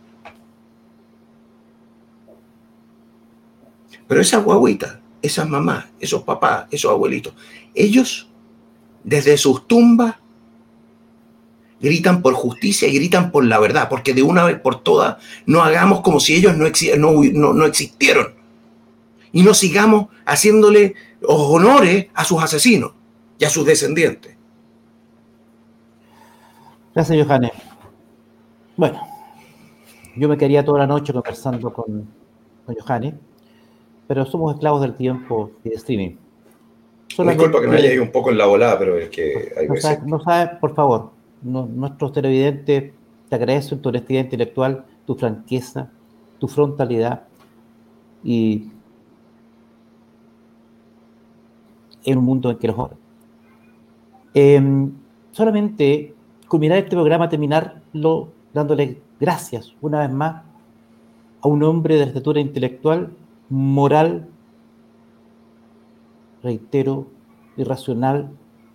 Pero esas guaguitas, esas mamás, esos papás, esos abuelitos, ellos desde sus tumbas gritan por justicia y gritan por la verdad, porque de una vez por todas no hagamos como si ellos no, exi- no, no, no existieron y no sigamos haciéndole honores a sus asesinos y a sus descendientes. Gracias, Johannes. Bueno, yo me quedaría toda la noche conversando con, con Johannes, pero somos esclavos del tiempo y de streaming. Solamente, disculpa que me haya ido un poco en la volada, pero es que hay no veces... Sabes, no sabes, por favor, no, nuestros televidentes te agradecen tu honestidad intelectual, tu franqueza, tu frontalidad y en un mundo en que los... Eh, solamente culminar este programa, terminarlo dándole gracias una vez más a un hombre de estatura intelectual, moral, reitero, irracional,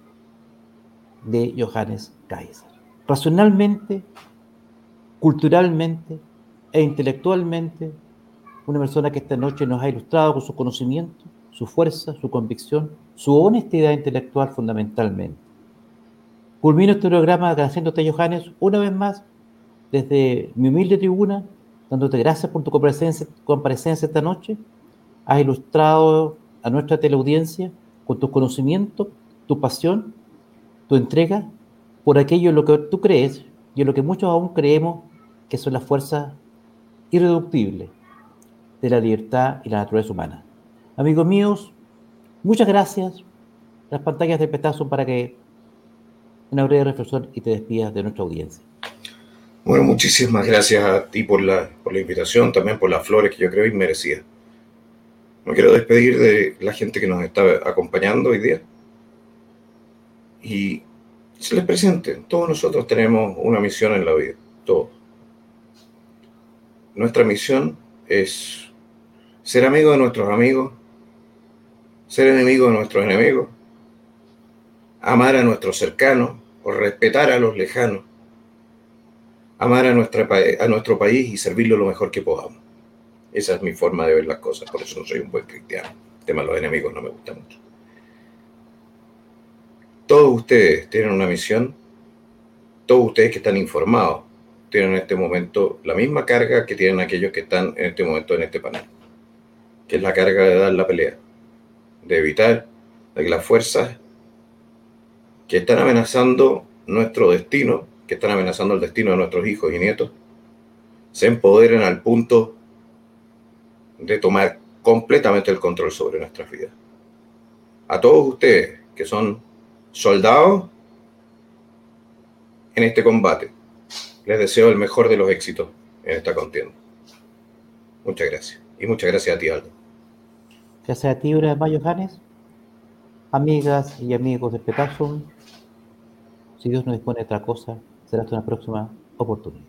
de Johannes Kaiser. Racionalmente, culturalmente e intelectualmente, una persona que esta noche nos ha ilustrado con su conocimiento, su fuerza, su convicción, su honestidad intelectual fundamentalmente. Culmino este programa agradeciéndote, Johannes, una vez más, desde mi humilde tribuna, dándote gracias por tu comparecencia, comparecencia esta noche. Has ilustrado a nuestra teleaudiencia con tus conocimientos, tu pasión, tu entrega por aquello en lo que tú crees y en lo que muchos aún creemos que son las fuerzas irreductibles de la libertad y la naturaleza humana. Amigos míos, muchas gracias. Las pantallas de Petá son para que una breve reflexión y te despidas de nuestra audiencia. Bueno, muchísimas gracias a ti por la, por la invitación, también por las flores que yo creo inmerecía. Me quiero despedir de la gente que nos está acompañando hoy día. Y se les presente, todos nosotros tenemos una misión en la vida, todos. Nuestra misión es ser amigo de nuestros amigos, ser enemigo de nuestros enemigos, amar a nuestros cercanos o respetar a los lejanos, amar a, nuestra, a nuestro país y servirlo lo mejor que podamos. Esa es mi forma de ver las cosas, por eso no soy un buen cristiano. El tema de los enemigos no me gusta mucho. Todos ustedes tienen una misión, todos ustedes que están informados tienen en este momento la misma carga que tienen aquellos que están en este momento en este panel, que es la carga de dar la pelea, de evitar de que las fuerzas que están amenazando nuestro destino, que están amenazando el destino de nuestros hijos y nietos, se empoderen al punto de tomar completamente el control sobre nuestras vidas. A todos ustedes que son soldados en este combate, les deseo el mejor de los éxitos en esta contienda. Muchas gracias. Y muchas gracias a ti, Aldo. Gracias a ti, una vez más, Johannes. Amigas y amigos de Petasum, si Dios nos dispone de otra cosa, será hasta una próxima oportunidad.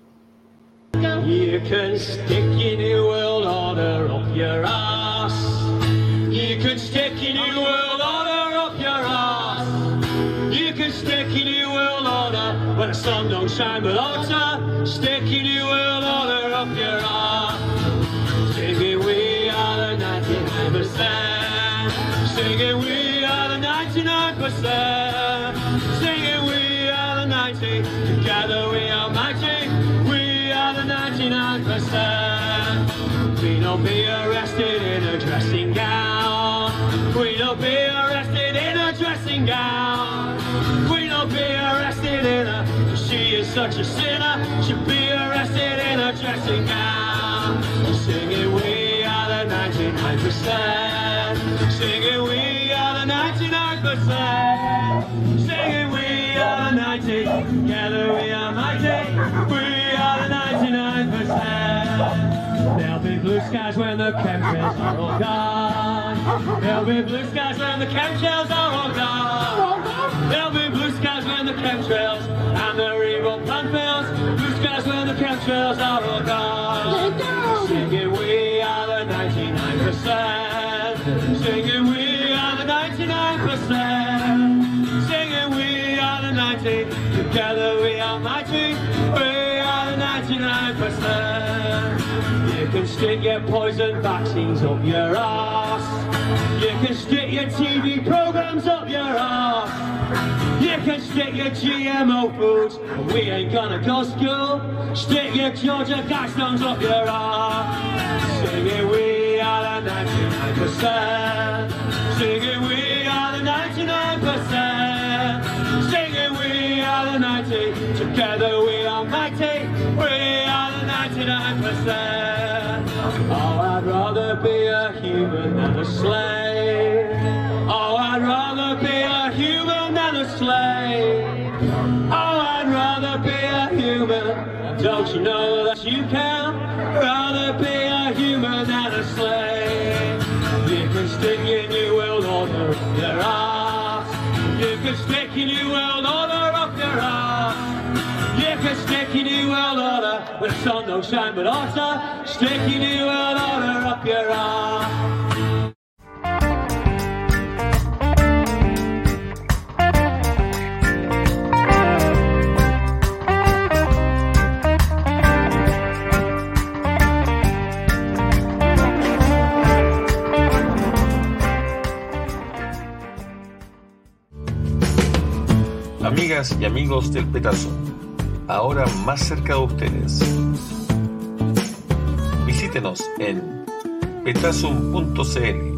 You can stick your new world order up your ass. You can stick your new world order up your ass. You can stick your new world order when the sun don't shine but oughta. Stick your new world order up your ass. Singing we are the ninety-nine percent. Singing we are the ninety-nine percent. Singing we are the ninety. Together we are mighty. We are the ninety-nine percent. We don't be arrested in a dressing gown. We don't be arrested in a dressing gown. We don't be arrested in a. She is such a sinner. Should be arrested in a dressing gown. Singing we are the ninety-nine percent. Singing we are the ninety-nine percent. Singing we are the ninety. Together we are mighty. We are the ninety-nine percent. There'll be blue skies when the chemtrails are all gone. There'll be blue skies when the chemtrails are all gone. There'll be blue skies when the chemtrails and the evil plant fails. Blue skies when the chemtrails are all gone. Singing we are the ninety-nine percent. Singing we are the ninety-nine percent. Singing we are the ninety. Together we are mighty. We are the ninety-nine percent. You can stick your poison vaccines up your ass. You can stick your T V programs up your ass. You can stick your G M O foods, but we ain't gonna go school. Stick your Georgia Guidestones up your ass. Singing we are the ninety-nine percent. Singing we are the ninety-nine percent. Singing we are the ninety. Together we are mighty. We are the ninety-nine percent. Oh, I'd rather be a human than a slave. Oh, I'd rather be a human than a slave. Oh, I'd rather be a human. Don't you know that you can rather be a human than a slave? You can stick your new world order up your ass. You can stick your new world order up your ass. You can stick your new world order when the sun don't shine but oughta. Stick your new world order up your ass. Amigas y amigos del Petasum, ahora más cerca de ustedes. Visítenos en petasum punto c l